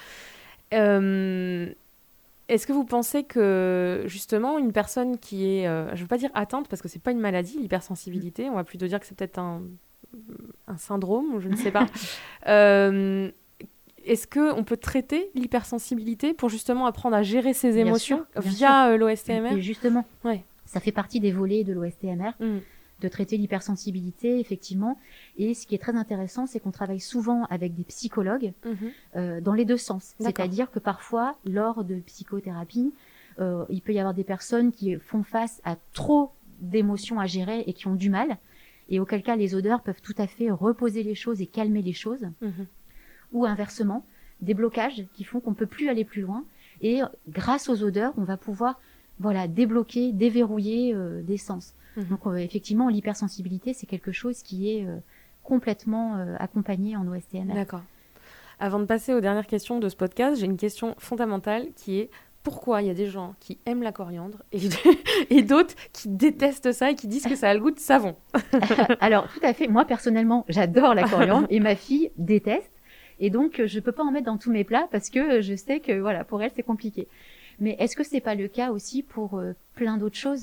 euh, Est-ce que vous pensez que, justement, une personne qui est, euh, je ne veux pas dire atteinte, parce que ce n'est pas une maladie, l'hypersensibilité, on va plutôt dire que c'est peut-être un, un syndrome, ou je ne sais pas. euh, est-ce qu'on peut traiter l'hypersensibilité pour, justement, apprendre à gérer ses bien émotions sûr, via euh, l'O S T M R ? Et justement, ouais. ça fait partie des volets de l'O S T M R. Mm. De traiter l'hypersensibilité, effectivement. Et ce qui est très intéressant, c'est qu'on travaille souvent avec des psychologues mmh. euh, dans les deux sens. D'accord. C'est-à-dire que parfois, lors de psychothérapie, euh, il peut y avoir des personnes qui font face à trop d'émotions à gérer et qui ont du mal, et auquel cas les odeurs peuvent tout à fait reposer les choses et calmer les choses. Mmh. Ou inversement, des blocages qui font qu'on peut plus aller plus loin. Et grâce aux odeurs, on va pouvoir voilà, débloquer, déverrouiller euh, des sens. Donc euh, effectivement, l'hypersensibilité, c'est quelque chose qui est euh, complètement euh, accompagné en O S T M R. D'accord. Avant de passer aux dernières questions de ce podcast, j'ai une question fondamentale qui est pourquoi il y a des gens qui aiment la coriandre et, et d'autres qui détestent ça et qui disent que ça a le goût de savon. Alors tout à fait. Moi personnellement, j'adore la coriandre et ma fille déteste. Et donc je peux pas en mettre dans tous mes plats parce que je sais que voilà, pour elle c'est compliqué. Mais est-ce que c'est pas le cas aussi pour euh, plein d'autres choses ?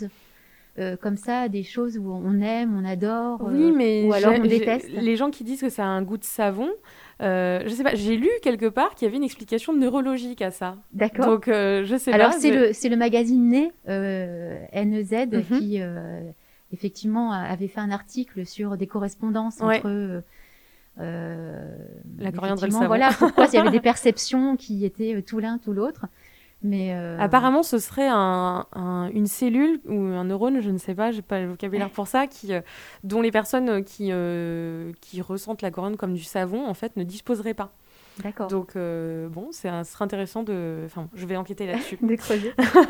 euh, comme ça des choses où on aime, on adore, oui, euh, mais ou alors j'ai- on j'ai- déteste. les gens qui disent que ça a un goût de savon, euh, je sais pas, j'ai lu quelque part qu'il y avait une explication neurologique à ça. D'accord. Donc, euh, je sais Alors pas. c'est je- le c'est le magazine Né, euh, N E Z, Mhm. qui euh, effectivement a- avait fait un article sur des correspondances Ouais. entre euh, euh, La coriandre et le effectivement, savon. voilà pourquoi il y avait des perceptions qui étaient euh, tout l'un tout l'autre. Mais euh, Apparemment, ce serait un, un- une cellule ou un neurone, je ne sais pas, j'ai pas le vocabulaire pour ça, qui, euh, dont les personnes qui, euh, qui ressentent la coriandre comme du savon, en fait, ne disposeraient pas. d'accord. Donc, euh, bon, c'est un- ce serait intéressant de... Enfin, je vais enquêter là-dessus. De creuser.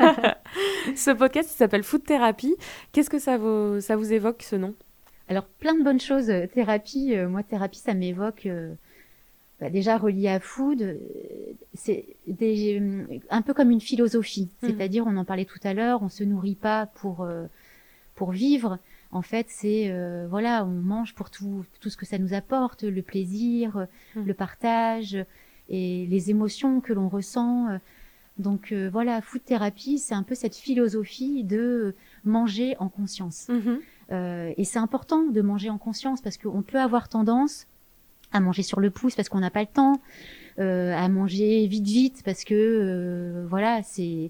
Ce podcast, il s'appelle Food Therapy. Qu'est-ce que ça vous, ça vous évoque, ce nom? Alors plein de bonnes choses. euh, Thérapie, euh, moi thérapie, ça m'évoque euh, bah, déjà relié à food. euh, C'est des, euh, un peu comme une philosophie. Mhm. C'est-à-dire, on en parlait tout à l'heure, on se nourrit pas pour euh, pour vivre. En fait, c'est euh, voilà, on mange pour tout tout ce que ça nous apporte, le plaisir, euh, Mhm. le partage et les émotions que l'on ressent. euh. Donc euh, voilà, food thérapie, c'est un peu cette philosophie de manger en conscience. Mhm. Euh, et c'est important de manger en conscience parce qu'on peut avoir tendance à manger sur le pouce parce qu'on n'a pas le temps, euh, à manger vite vite parce que euh, voilà, c'est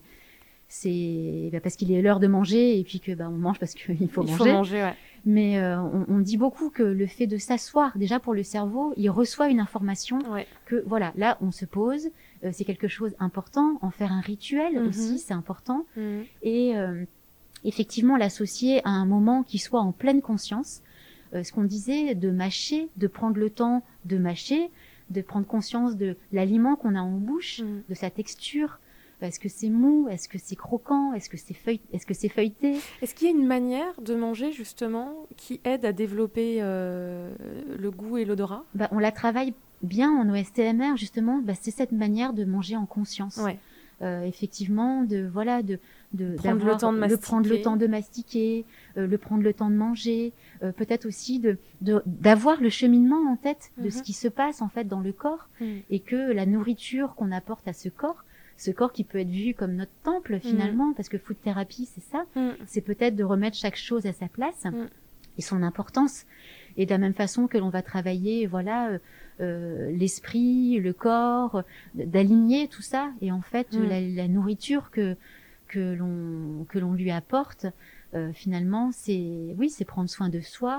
c'est bah, parce qu'il est l'heure de manger et puis que bah on mange parce qu'il faut Il manger. faut manger, ouais. Mais euh, on, on dit beaucoup que le fait de s'asseoir, déjà pour le cerveau, il reçoit une information Ouais. que voilà, là on se pose, euh, c'est quelque chose important, en faire un rituel Mhm. aussi, c'est important. Mhm. Et euh, effectivement l'associer à un moment qui soit en pleine conscience. Euh, ce qu'on disait, de mâcher, de prendre le temps de mâcher, de prendre conscience de l'aliment qu'on a en bouche, Mhm. de sa texture. Est-ce que c'est mou? Est-ce que c'est croquant? Est-ce que c'est feuille... Est-ce que c'est feuilleté? Est-ce qu'il y a une manière de manger, justement, qui aide à développer euh, le goût et l'odorat? Bah, on la travaille bien en O S T M R justement. Bah, c'est cette manière de manger en conscience. Ouais. Euh, effectivement, de voilà, de, de Prendre le d'avoir- temps de le prendre le mastiquer. temps de mastiquer, euh, le prendre le temps de manger, euh, peut-être aussi de, de d'avoir le cheminement en tête de Mhm. ce qui se passe en fait dans le corps Mhm. et que la nourriture qu'on apporte à ce corps, ce corps qui peut être vu comme notre temple finalement, parce que food thérapie c'est ça, Mhm. c'est peut-être de remettre chaque chose à sa place Mm. et son importance. Et de la même façon que l'on va travailler, voilà, euh, euh, l'esprit, le corps, euh, d'aligner tout ça. Et en fait, Mm. la, la nourriture que que l'on que l'on lui apporte, euh, finalement, c'est oui, c'est prendre soin de soi.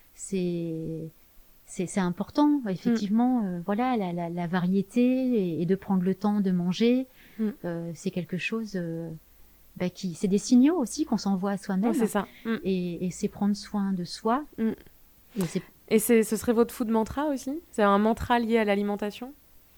C'est c'est c'est important, effectivement. euh, voilà, la, la, la variété et, et de prendre le temps de manger, Mm. euh, c'est quelque chose. Euh, bah, qui, c'est des signaux aussi qu'on s'envoie à soi-même. Ouais, c'est ça. Mhm. Et, et c'est prendre soin de soi. Mm. Et c'est... Et c'est, ce serait votre food mantra aussi? C'est un mantra lié à l'alimentation?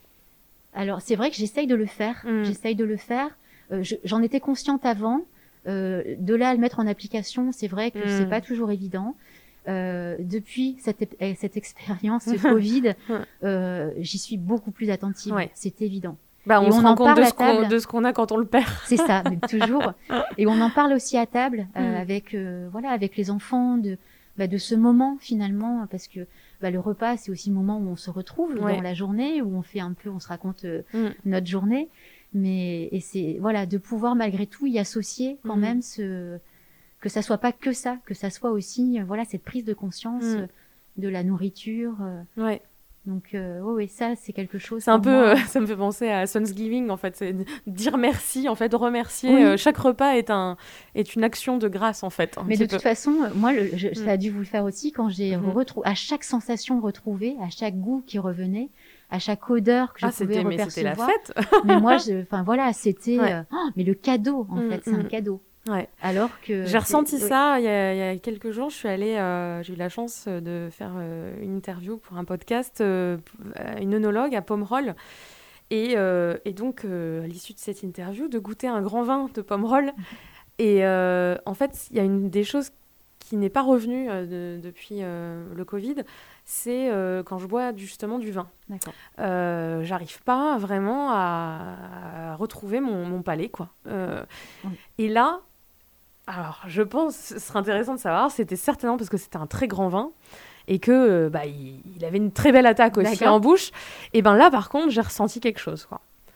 Alors, c'est vrai que j'essaye de le faire. Mm. J'essaye de le faire. Euh, je- j'en étais consciente avant. Euh, de là à le mettre en application, c'est vrai que Mm. c'est pas toujours évident. Euh, depuis cette, ép- eh, cette expérience ce Covid, euh, j'y suis beaucoup plus attentive. Ouais. C'est évident. Bah, on Et se on rend en compte parle de à ce, qu'on, table. de ce qu'on a quand on le perd. C'est ça, mais toujours. Et on en parle aussi à table euh, Mm. avec euh, voilà avec les enfants de bah, de ce moment finalement parce que bah, le repas c'est aussi le moment où on se retrouve Ouais. dans la journée où on fait un peu on se raconte euh, Mm. notre journée mais et c'est voilà de pouvoir malgré tout y associer quand Mm. même ce que ça soit pas que ça que ça soit aussi euh, voilà cette prise de conscience Mm. euh, de la nourriture euh, Ouais. donc euh, ouais, ouais ça c'est quelque chose C'est un pour peu, moi. euh, ça me fait penser à Thanksgiving en fait, c'est dire merci en fait, remercier. Oui. euh, chaque repas est un est une action de grâce en fait. un Mais petit de peu. toute façon, euh, moi, le, je, Mm. ça a dû vous le faire aussi quand j'ai Mhm. retrouvé à chaque sensation retrouvée, à chaque goût qui revenait, à chaque odeur que je Ah, pouvais c'était, mais c'était la repercevoir. fête. Mais moi, je, enfin voilà, c'était, Ouais. euh, oh, mais le cadeau en Mm, fait, c'est mm. un cadeau. Ouais. Alors que J'ai c'est- ressenti oui. ça il y, a, il y a quelques jours. Je suis allée, euh, j'ai eu la chance de faire euh, une interview pour un podcast, euh, à une œnologue à Pomerol. Et, euh, et donc, euh, à l'issue de cette interview, de goûter un grand vin de Pomerol. Et euh, en fait, il y a une des choses qui n'est pas revenue euh, de- depuis euh, le Covid, c'est euh, quand je bois justement du vin. D'accord. Euh, j'arrive pas vraiment à, à retrouver mon, mon palais, quoi. Euh, Oui. Et là, alors je pense, ce serait intéressant de savoir, c'était certainement parce que c'était un très grand vin et que euh, bah, il, il avait une très belle attaque aussi D'accord. en bouche. Et ben là, par contre, j'ai ressenti quelque chose, quoi.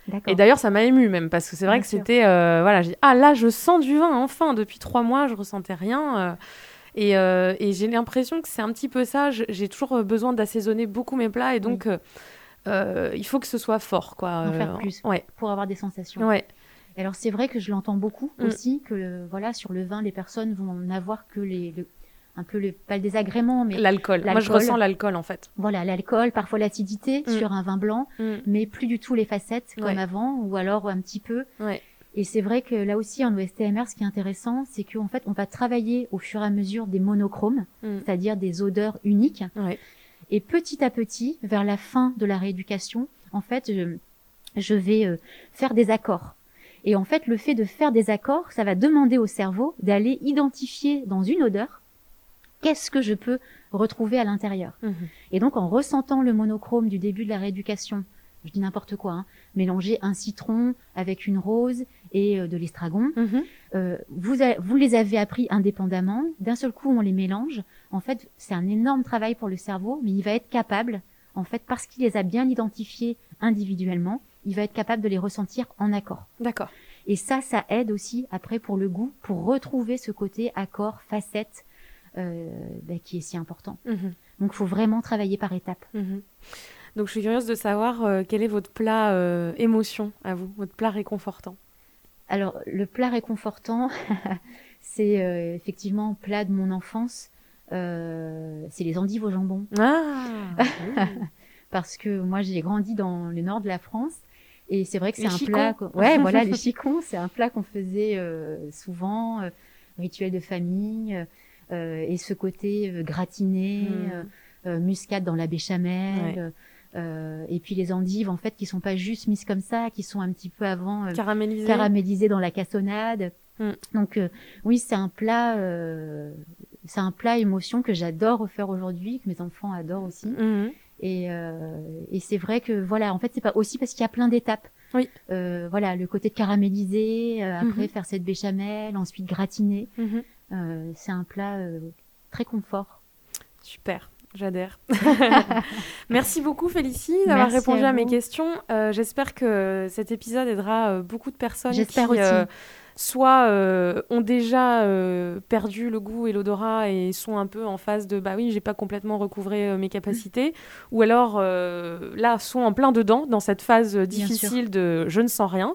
D'accord. Et d'ailleurs, ça m'a émue même, parce que c'est vrai Bien que sûr. c'était... Euh, voilà, j'ai dit, ah là, je sens du vin, enfin, depuis trois mois, je ressentais rien. Euh, et, euh, et j'ai l'impression que c'est un petit peu ça. Je, j'ai toujours besoin d'assaisonner beaucoup mes plats, et donc, oui. euh, euh, il faut que ce soit fort, quoi. En euh, faire plus, ouais. pour avoir des sensations. Ouais. Alors, c'est vrai que je l'entends beaucoup Mm. aussi, que voilà, sur le vin, les personnes vont n'avoir que les... Le, un peu le, pas le désagrément, mais l'alcool. l'alcool. Moi, je ressens l'alcool, en fait. Voilà, l'alcool, parfois l'acidité Mm. sur un vin blanc, Mm. mais plus du tout les facettes comme Ouais. avant, ou alors un petit peu. Ouais. Et c'est vrai que là aussi, en O S T M R, ce qui est intéressant, c'est qu'en fait, on va travailler au fur et à mesure des monochromes, Mm. c'est-à-dire des odeurs uniques. Ouais. Et petit à petit, vers la fin de la rééducation, en fait, je, je vais euh, faire des accords. Et en fait, le fait de faire des accords, ça va demander au cerveau d'aller identifier dans une odeur qu'est-ce que je peux retrouver à l'intérieur. Mm-hmm. Et donc, en ressentant le monochrome du début de la rééducation, je dis n'importe quoi, hein, mélanger un citron avec une rose et euh, de l'estragon, Mm-hmm. euh, vous, a, vous les avez appris indépendamment, d'un seul coup, on les mélange. En fait, c'est un énorme travail pour le cerveau, mais il va être capable, en fait, parce qu'il les a bien identifiés individuellement, il va être capable de les ressentir en accord. D'accord. Et ça, ça aide aussi, après, pour le goût, pour retrouver ce côté accord, facette, euh, bah, qui est si important. Mm-hmm. Donc, il faut vraiment travailler par étapes. Mm-hmm. Donc, je suis curieuse de savoir euh, quel est votre plat euh, émotion à vous, votre plat réconfortant. Alors, le plat réconfortant, c'est euh, effectivement plat de mon enfance. Euh, c'est les endives au jambon. Ah oui. Parce que moi, j'ai grandi dans le nord de la France. Et c'est vrai que c'est les un chicons. plat... Qu'on... Ouais, voilà, les chicons, c'est un plat qu'on faisait euh, souvent, euh, rituel de famille, euh, et ce côté euh, gratiné, Mm. euh, euh, muscade dans la béchamel, Ouais. euh, et puis les endives, en fait, qui sont pas juste mises comme ça, qui sont un petit peu avant euh, Caramélisé. caramélisées dans la cassonade. Mm. Donc euh, oui, c'est un plat, euh, c'est un plat émotion que j'adore refaire aujourd'hui, que mes enfants adorent aussi. Mm-hmm. Et, euh, et c'est vrai que voilà, en fait, c'est pas aussi parce qu'il y a plein d'étapes. Oui. Euh, voilà, le côté de caraméliser, euh, après Mhm. faire cette béchamel, ensuite gratiner. Mm-hmm. Euh, c'est un plat euh, très confort. Super, j'adhère. Merci beaucoup Félicie d'avoir Merci répondu à à, mes vous. questions. Euh, j'espère que cet épisode aidera euh, beaucoup de personnes J'espère qui aussi. euh, soit euh, ont déjà euh, perdu le goût et l'odorat et sont un peu en phase de bah oui, j'ai pas complètement recouvré euh, mes capacités, ou alors euh, là sont en plein dedans dans cette phase difficile de je ne sens rien.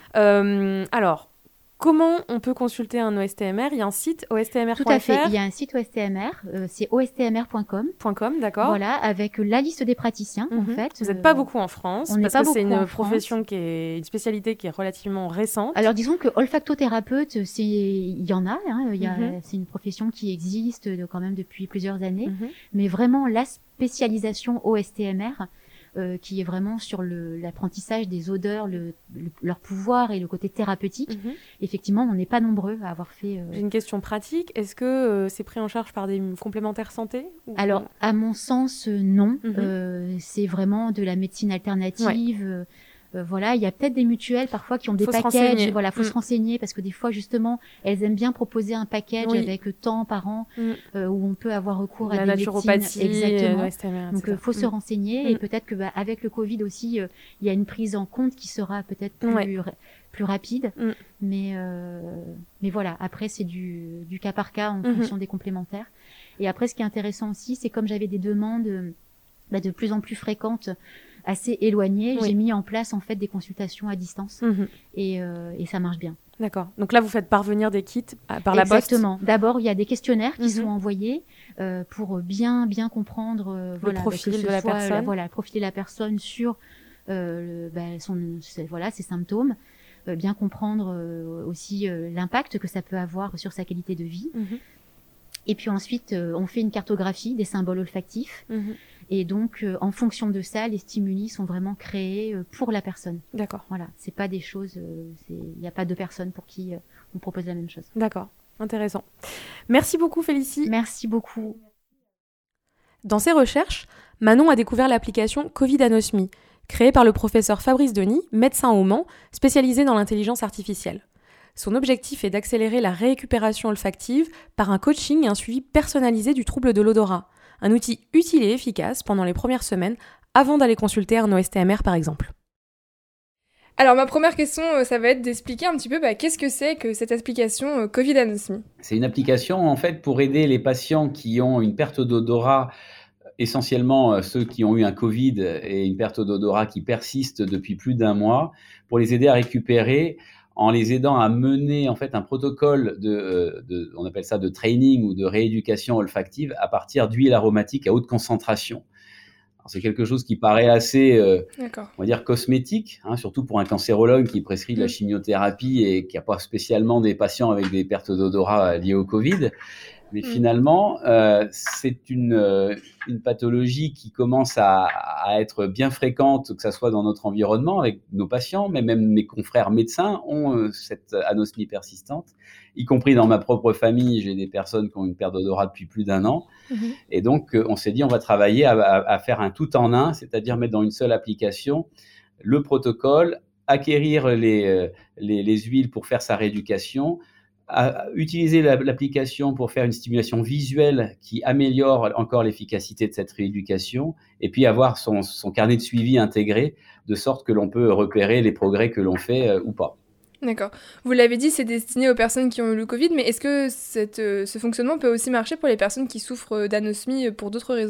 Euh, alors comment on peut consulter un O S T M R? Il y a un site O S T M R point F R. Tout à fait. Il y a un site O S T M R, euh, c'est O S T M R point com. .com, d'accord. Voilà, avec la liste des praticiens, Mm-hmm. en fait. Vous n'êtes Euh, pas beaucoup en France, on n'est parce pas que c'est beaucoup une en profession qui est une spécialité qui est relativement récente. Alors disons que olfactothérapeute, c'est il y en a, hein, il y a Mhm. c'est une profession qui existe de, quand même depuis plusieurs années, Mhm. mais vraiment la spécialisation O S T M R euh, qui est vraiment sur le l'apprentissage des odeurs, le, le- leur pouvoir et le côté thérapeutique. Mhm. Effectivement, on n'est pas nombreux à avoir fait euh, J'ai une question pratique. Est-ce que euh, c'est pris en charge par des complémentaires santé ou... Alors, à mon sens, euh, non. Mhm. Euh, c'est vraiment de la médecine alternative. Euh, euh, voilà, il y a peut-être des mutuelles parfois qui ont des Faut se packages. renseigner. Voilà, faut Mm. se renseigner parce que des fois, justement, elles aiment bien proposer un package Oui. avec euh, tant par an Mm. euh, où on peut avoir recours la à des naturopathie, médecines. Exactement. euh, O S T M R, Donc, et il cetera. faut se Mm. renseigner Mm. et peut-être que bah, avec le Covid aussi, euh, il y a une prise en compte qui sera peut-être plus, Ouais. ra- plus rapide. Mm. Mais, euh, mais voilà, après, c'est du, du cas par cas en Mhm. fonction des complémentaires. Et après, ce qui est intéressant aussi, c'est comme j'avais des demandes euh, bah, de plus en plus fréquentes, assez éloignées, Oui. j'ai mis en place en fait des consultations à distance Mhm. et, euh, et ça marche bien. D'accord. Donc là, vous faites parvenir des kits à- par la poste. Exactement. D'abord, il y a des questionnaires qui Mhm. sont envoyés euh, pour bien bien comprendre euh, voilà, profil que ce de la soit, personne. la- voilà, le profil de la personne sur euh, le, bah, son, ses- voilà, ses symptômes, euh, bien comprendre euh, aussi euh, l'impact que ça peut avoir sur sa qualité de vie. Mhm. Et puis ensuite, euh, on fait une cartographie des symboles olfactifs. Mhm. Et donc, euh, en fonction de ça, les stimuli sont vraiment créés euh, pour la personne. D'accord. Voilà, c'est pas des choses, euh, c'est- il n'y a pas deux personnes pour qui euh, on propose la même chose. D'accord. Intéressant. Merci beaucoup, Félicie. Merci beaucoup. Dans ses recherches, Manon a découvert l'application Covid Anosmie, créée par le professeur Fabrice Denis, médecin au Mans, spécialisé dans l'intelligence artificielle. Son objectif est d'accélérer la récupération olfactive par un coaching et un suivi personnalisé du trouble de l'odorat, un outil utile et efficace pendant les premières semaines avant d'aller consulter un O S T M R par exemple. Alors ma première question, euh, ça va être d'expliquer un petit peu bah, qu'est-ce que c'est que cette application euh, Covid Anosmie. C'est une application en fait pour aider les patients qui ont une perte d'odorat, essentiellement euh, ceux qui ont eu un Covid et une perte d'odorat qui persiste depuis plus d'un mois, pour les aider à récupérer en les aidant à mener en fait un protocole de, euh, de on appelle ça de training ou de rééducation olfactive à partir d'huiles aromatiques à haute concentration. Alors, c'est quelque chose qui paraît assez, euh, on va dire, cosmétique, hein, surtout pour un cancérologue qui prescrit de la chimiothérapie et qui n'a pas spécialement des patients avec des pertes d'odorat liées au Covid. Mais mmh. finalement, euh, c'est une, euh, une pathologie qui commence à, à être bien fréquente, que ce soit dans notre environnement, avec nos patients, mais même mes confrères médecins ont euh, cette anosmie persistante, y compris dans ma propre famille. J'ai des personnes qui ont une perte d'odorat depuis plus d'un an. Mmh. Et donc, euh, on s'est dit, on va travailler à, à, à faire un tout en un, c'est-à-dire mettre dans une seule application le protocole, acquérir les, euh, les, les huiles pour faire sa rééducation, à utiliser l'application pour faire une stimulation visuelle qui améliore encore l'efficacité de cette rééducation, et puis avoir son, son carnet de suivi intégré, de sorte que l'on peut repérer les progrès que l'on fait euh, ou pas. D'accord. Vous l'avez dit, c'est destiné aux personnes qui ont eu le Covid, mais est-ce que cette, euh, ce fonctionnement peut aussi marcher pour les personnes qui souffrent d'anosmie pour d'autres raisons ?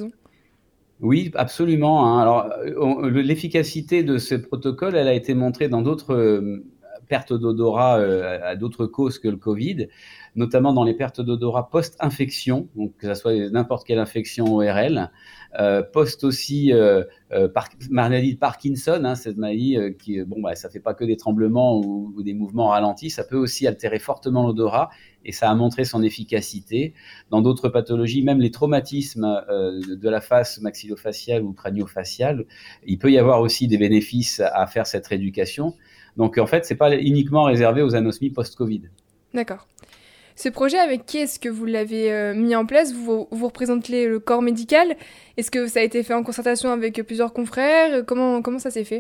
Oui, absolument. Hein. Alors, on, l'efficacité de ce protocole, elle a été montrée dans d'autres... Euh, perte d'odorat euh, à d'autres causes que le Covid, notamment dans les pertes d'odorat post-infection, donc que ce soit n'importe quelle infection O R L, euh, post aussi euh, euh, par, maladie de Parkinson, hein, cette maladie euh, qui, bon, bah, ça fait pas que des tremblements ou, ou des mouvements ralentis, ça peut aussi altérer fortement l'odorat et ça a montré son efficacité. Dans d'autres pathologies, même les traumatismes euh, de la face maxillofaciale ou crânio-faciale, il peut y avoir aussi des bénéfices à faire cette rééducation. Donc, en fait, ce n'est pas uniquement réservé aux anosmies post-Covid. D'accord. Ce projet, avec qui est-ce que vous l'avez euh, mis en place ? Vous, vous représentez le corps médical. Est-ce que ça a été fait en concertation avec plusieurs confrères ? Comment, comment ça s'est fait ?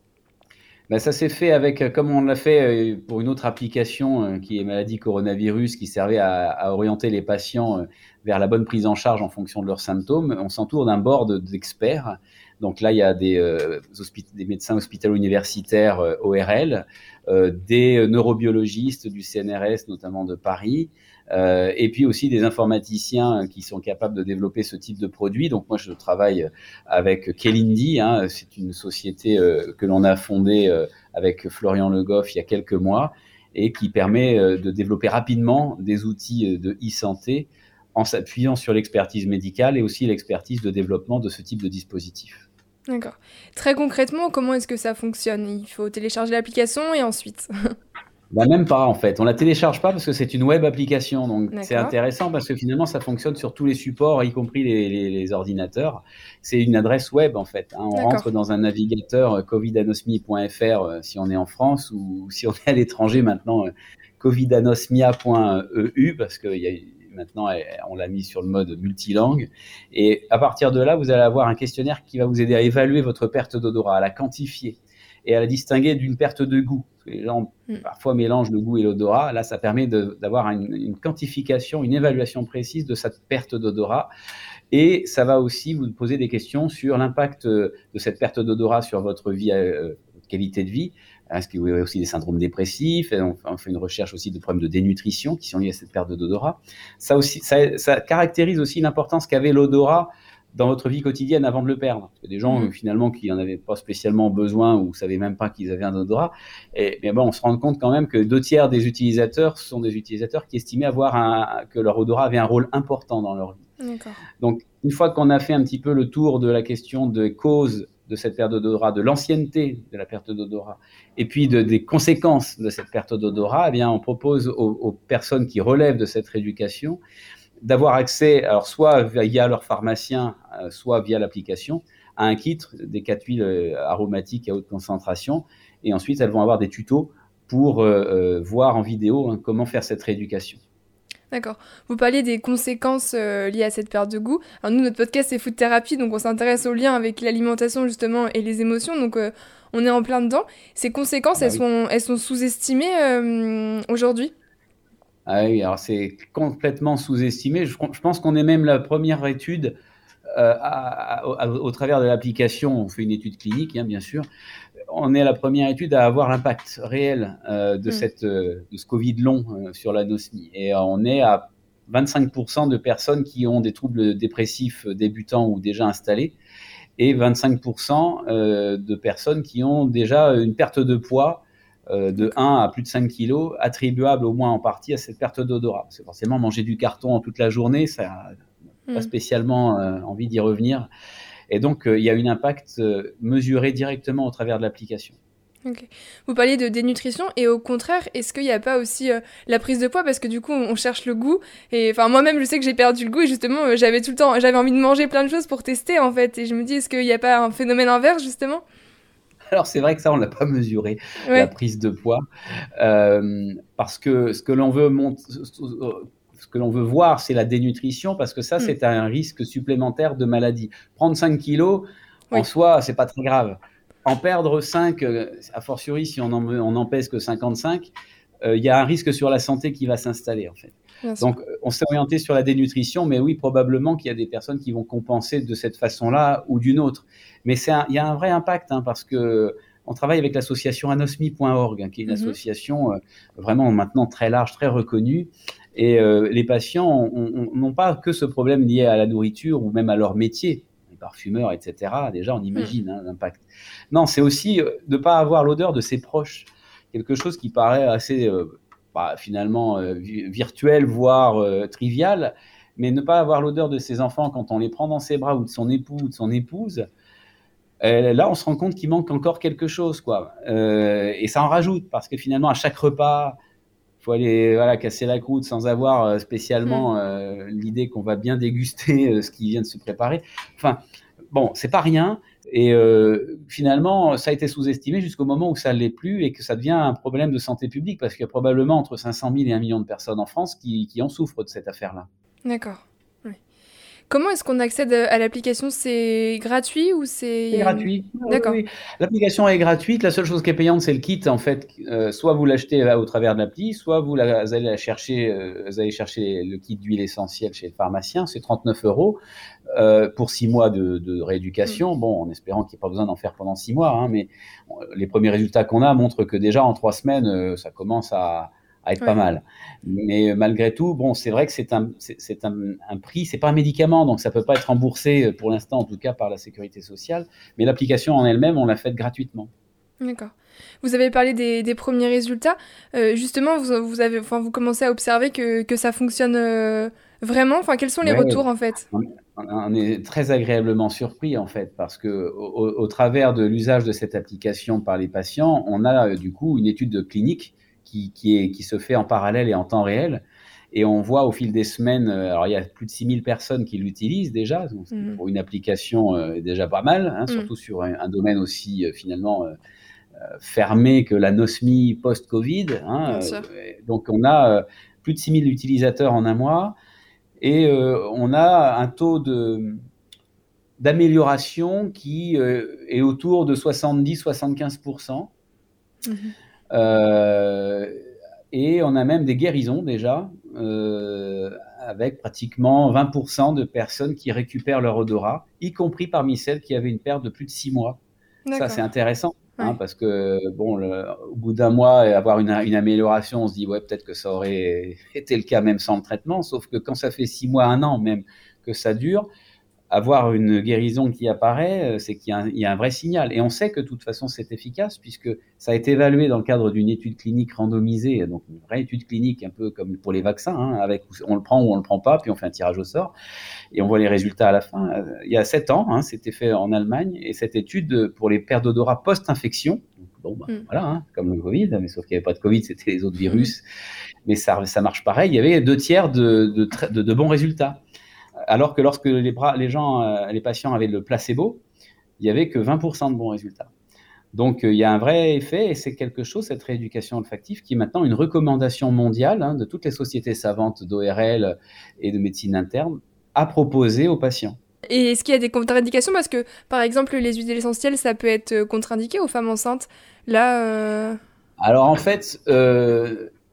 Ben, ça s'est fait avec, comme on l'a fait pour une autre application qui est maladie coronavirus, qui servait à, à orienter les patients vers la bonne prise en charge en fonction de leurs symptômes. On s'entoure d'un board d'experts. Donc là, il y a des, euh, des médecins hospitalo-universitaires euh, O R L, euh, des neurobiologistes du C N R S, notamment de Paris, euh, et puis aussi des informaticiens qui sont capables de développer ce type de produit. Donc moi, je travaille avec Kelindi, hein, c'est une société euh, que l'on a fondée euh, avec Florian Le Goff il y a quelques mois et qui permet euh, de développer rapidement des outils de e-santé en s'appuyant sur l'expertise médicale et aussi l'expertise de développement de ce type de dispositif. D'accord. Très concrètement, comment est-ce que ça fonctionne ? Il faut télécharger l'application et ensuite Bah même pas en fait, on la télécharge pas parce que c'est une web application, donc D'accord. c'est intéressant parce que finalement ça fonctionne sur tous les supports, y compris les, les, les ordinateurs. C'est une adresse web en fait, hein. On D'accord. rentre dans un navigateur covid anosmie point f r euh, si on est en France ou si on est à l'étranger maintenant, euh, covid anosmia point e u parce qu'il y a maintenant, on l'a mis sur le mode multilangue. Et à partir de là, vous allez avoir un questionnaire qui va vous aider à évaluer votre perte d'odorat, à la quantifier et à la distinguer d'une perte de goût. Parce que les gens, mm. parfois, mélangent le goût et l'odorat. Là, ça permet de, d'avoir une, une quantification, une évaluation précise de cette perte d'odorat. Et ça va aussi vous poser des questions sur l'impact de cette perte d'odorat sur votre vie, euh, qualité de vie. Est-ce qu'il y a aussi des syndromes dépressifs ? On fait une recherche aussi de problèmes de dénutrition qui sont liés à cette perte d'odorat. Ça, aussi, ça, ça caractérise aussi l'importance qu'avait l'odorat dans votre vie quotidienne avant de le perdre. Parce que des gens, mmh. finalement, qui n'en avaient pas spécialement besoin ou ne savaient même pas qu'ils avaient un odorat. Et, mais bon, on se rend compte quand même que deux tiers des utilisateurs sont des utilisateurs qui estimaient avoir un, que leur odorat avait un rôle important dans leur vie. D'accord. Donc, une fois qu'on a fait un petit peu le tour de la question des causes de cette perte d'odorat, de l'ancienneté de la perte d'odorat, et puis de, des conséquences de cette perte d'odorat, eh bien, on propose aux, aux personnes qui relèvent de cette rééducation d'avoir accès, alors soit via leur pharmacien, euh, soit via l'application, à un kit des quatre huiles euh, aromatiques à haute concentration, et ensuite elles vont avoir des tutos pour euh, euh, voir en vidéo hein, comment faire cette rééducation. D'accord. Vous parliez des conséquences euh, liées à cette perte de goût. Alors nous, notre podcast, c'est Food Therapy, donc on s'intéresse au lien avec l'alimentation, justement, et les émotions, donc euh, on est en plein dedans. Ces conséquences, ah, elles, oui. sont, elles sont sous-estimées euh, aujourd'hui ? Ah oui, alors c'est complètement sous-estimé. Je, je pense qu'on est même la première étude euh, à, à, à, au travers de l'application. On fait une étude clinique, hein, bien sûr. on est la première étude à avoir l'impact réel euh, de, mmh. cette, euh, de ce Covid long euh, sur l'anosmie. Et euh, on est à vingt-cinq pour cent de personnes qui ont des troubles dépressifs débutants ou déjà installés, et vingt-cinq pour cent euh, de personnes qui ont déjà une perte de poids euh, de un à plus de cinq kilos, attribuable au moins en partie à cette perte d'odorat. C'est forcément manger du carton toute la journée, ça n'a pas spécialement euh, envie d'y revenir. Et donc, euh, il y a un impact euh, mesuré directement au travers de l'application. Okay. Vous parliez de dénutrition, et au contraire, est-ce qu'il n'y a pas aussi euh, la prise de poids, parce que du coup on cherche le goût, et enfin moi-même je sais que j'ai perdu le goût, et justement euh, j'avais tout le temps, j'avais envie de manger plein de choses pour tester en fait, et je me dis est-ce qu'il n'y a pas un phénomène inverse justement? Alors c'est vrai que ça on l'a pas mesuré, ouais. La prise de poids, euh, parce que ce que l'on veut monter, ce que l'on veut voir, c'est la dénutrition, parce que ça, mmh. c'est un risque supplémentaire de maladie. Prendre cinq kilos, oui. en soi, c'est pas très grave. En perdre cinq, a fortiori si on en, on en pèse que cinquante-cinq, il euh, y a un risque sur la santé qui va s'installer en fait. Bien Donc sûr. On s'est orienté sur la dénutrition, mais oui, probablement qu'il y a des personnes qui vont compenser de cette façon-là ou d'une autre. Mais il y a un vrai impact, hein, parce que on travaille avec l'association anosmie point org, hein, qui est une mm-hmm. association euh, vraiment maintenant très large, très reconnue. Et euh, les patients n'ont pas que ce problème lié à la nourriture ou même à leur métier. Parfumeurs, et cetera. Déjà, on imagine mmh. hein, l'impact. Non, c'est aussi euh, de ne pas avoir l'odeur de ses proches. Quelque chose qui paraît assez, euh, bah, finalement, euh, virtuel, voire euh, trivial, mais ne pas avoir l'odeur de ses enfants quand on les prend dans ses bras, ou de son époux, ou de son épouse, euh, là, on se rend compte qu'il manque encore quelque chose, quoi. Euh, et ça en rajoute, parce que finalement, à chaque repas, il faut aller voilà, casser la croûte sans avoir spécialement euh, l'idée qu'on va bien déguster euh, ce qui vient de se préparer. Enfin, bon, c'est pas rien. Et euh, finalement, ça a été sous-estimé jusqu'au moment où ça ne l'est plus et que ça devient un problème de santé publique, parce qu'il y a probablement entre cinq cent mille et un million de personnes en France qui, qui en souffrent de cette affaire-là. D'accord. Oui. Comment est-ce qu'on accède à l'application? C'est gratuit ou c'est... C'est gratuit. D'accord. Oui, oui. L'application est gratuite. La seule chose qui est payante, c'est le kit. En fait, euh, soit vous l'achetez là, au travers de l'appli, soit vous, la, vous allez la chercher, euh, vous allez chercher le kit d'huile essentielle chez le pharmacien. C'est trente-neuf euros euh, pour six mois de, de rééducation. Mmh. Bon, en espérant qu'il n'y ait pas besoin d'en faire pendant six mois, hein, mais les premiers résultats qu'on a montrent que déjà en trois semaines, euh, ça commence à à être ouais. pas mal. Mais malgré tout, bon, c'est vrai que c'est un, c'est, c'est un, un prix, c'est pas un médicament, donc ça peut pas être remboursé pour l'instant, en tout cas par la sécurité sociale. Mais l'application en elle-même, on l'a faite gratuitement. D'accord. Vous avez parlé des, des premiers résultats. Euh, justement, vous, vous avez, enfin, vous commencez à observer que, que ça fonctionne euh, vraiment. Enfin, quels sont les ouais, retours en fait? on, on est très agréablement surpris en fait, parce que au, au travers de l'usage de cette application par les patients, on a du coup une étude clinique Qui, qui, est, qui se fait en parallèle et en temps réel. Et on voit au fil des semaines, alors il y a plus de six mille personnes qui l'utilisent déjà, donc mmh. pour une application euh, déjà pas mal, hein, mmh. surtout sur un, un domaine aussi euh, finalement euh, fermé que l'anosmie post-Covid. Hein, euh, donc on a euh, plus de six mille utilisateurs en un mois, et euh, on a un taux de, d'amélioration qui euh, est autour de soixante-dix à soixante-quinze pour cent. Mmh. Euh, et on a même des guérisons déjà, euh, avec pratiquement vingt pour cent de personnes qui récupèrent leur odorat, y compris parmi celles qui avaient une perte de plus de six mois. D'accord. Ça, c'est intéressant, ouais. hein, parce que bon, le, au bout d'un mois, avoir une, une amélioration, on se dit ouais, peut-être que ça aurait été le cas même sans le traitement, sauf que quand ça fait six mois, un an même que ça dure, avoir une guérison qui apparaît, c'est qu'il y a, un, il y a un vrai signal. Et on sait que de toute façon, c'est efficace, puisque ça a été évalué dans le cadre d'une étude clinique randomisée, donc une vraie étude clinique, un peu comme pour les vaccins, hein, avec on le prend ou on le prend pas, puis on fait un tirage au sort, et on voit les résultats à la fin. Il y a sept ans, hein, c'était fait en Allemagne, et cette étude pour les pertes d'odorat post-infection, bon, bah, mm. voilà, hein, comme le Covid, mais sauf qu'il n'y avait pas de Covid, c'était les autres virus, mm. mais ça, ça marche pareil, il y avait deux tiers de, de, de, de bons résultats. Alors que lorsque les, bras, les gens, euh, les patients avaient le placebo, il n'y avait que vingt pour cent de bons résultats. Donc, euh, il y a un vrai effet, et c'est quelque chose, cette rééducation olfactive, qui est maintenant une recommandation mondiale, hein, de toutes les sociétés savantes d'O R L et de médecine interne à proposer aux patients. Et est-ce qu'il y a des contre-indications? Parce que, par exemple, les huiles essentielles, ça peut être contre-indiqué aux femmes enceintes. Là, euh... Alors, en fait... Euh,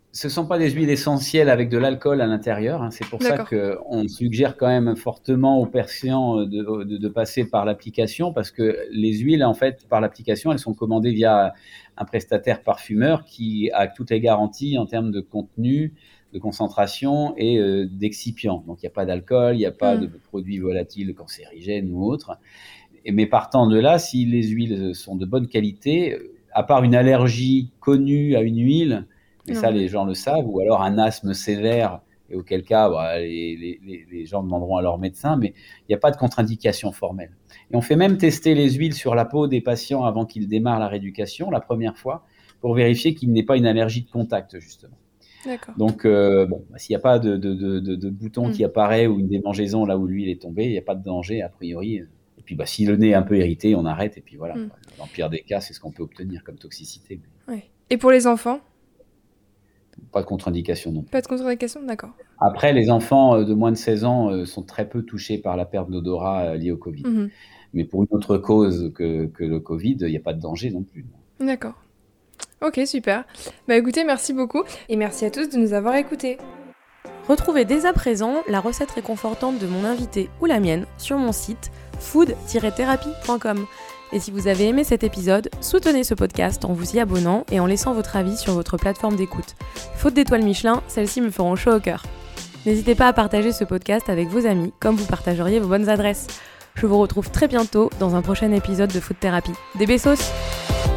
ce ne sont pas des huiles essentielles avec de l'alcool à l'intérieur. Hein. C'est pour D'accord. ça qu'on suggère quand même fortement aux patients de, de, de passer par l'application parce que les huiles, en fait, par l'application, elles sont commandées via un prestataire parfumeur qui a toutes les garanties en termes de contenu, de concentration et euh, d'excipient. Donc, il n'y a pas d'alcool, il n'y a pas mmh. de produits volatiles cancérigènes ou autres. Et, mais partant de là, si les huiles sont de bonne qualité, à part une allergie connue à une huile, mais non. ça, les gens le savent, ou alors un asthme sévère, et auquel cas, bah, les, les, les gens demanderont à leur médecin, mais il n'y a pas de contre-indication formelle. Et on fait même tester les huiles sur la peau des patients avant qu'ils démarrent la rééducation, la première fois, pour vérifier qu'il n'y ait pas une allergie de contact, justement. D'accord. Donc, euh, bon, bah, s'il n'y a pas de, de, de, de, de bouton mmh. qui apparaît ou une démangeaison là où l'huile est tombée, il n'y a pas de danger, a priori. Et puis, bah, si le nez est un peu irrité, on arrête, et puis voilà. Mmh. Dans le pire des cas, c'est ce qu'on peut obtenir comme toxicité. Ouais. Et pour les enfants ? Pas de contre-indication non plus. Pas de contre-indication, d'accord. Après, les enfants de moins de seize ans sont très peu touchés par la perte d'odorat liée au Covid. Mmh. Mais pour une autre cause que, que le Covid, il n'y a pas de danger non plus. D'accord. Ok, super. Bah écoutez, merci beaucoup. Et merci à tous de nous avoir écoutés. Retrouvez dès à présent la recette réconfortante de mon invité ou la mienne sur mon site food tiret thérapie point com. Et si vous avez aimé cet épisode, soutenez ce podcast en vous y abonnant et en laissant votre avis sur votre plateforme d'écoute. Faute d'étoiles Michelin, celles-ci me feront chaud au cœur. N'hésitez pas à partager ce podcast avec vos amis, comme vous partageriez vos bonnes adresses. Je vous retrouve très bientôt dans un prochain épisode de Food Thérapie. Des bessos!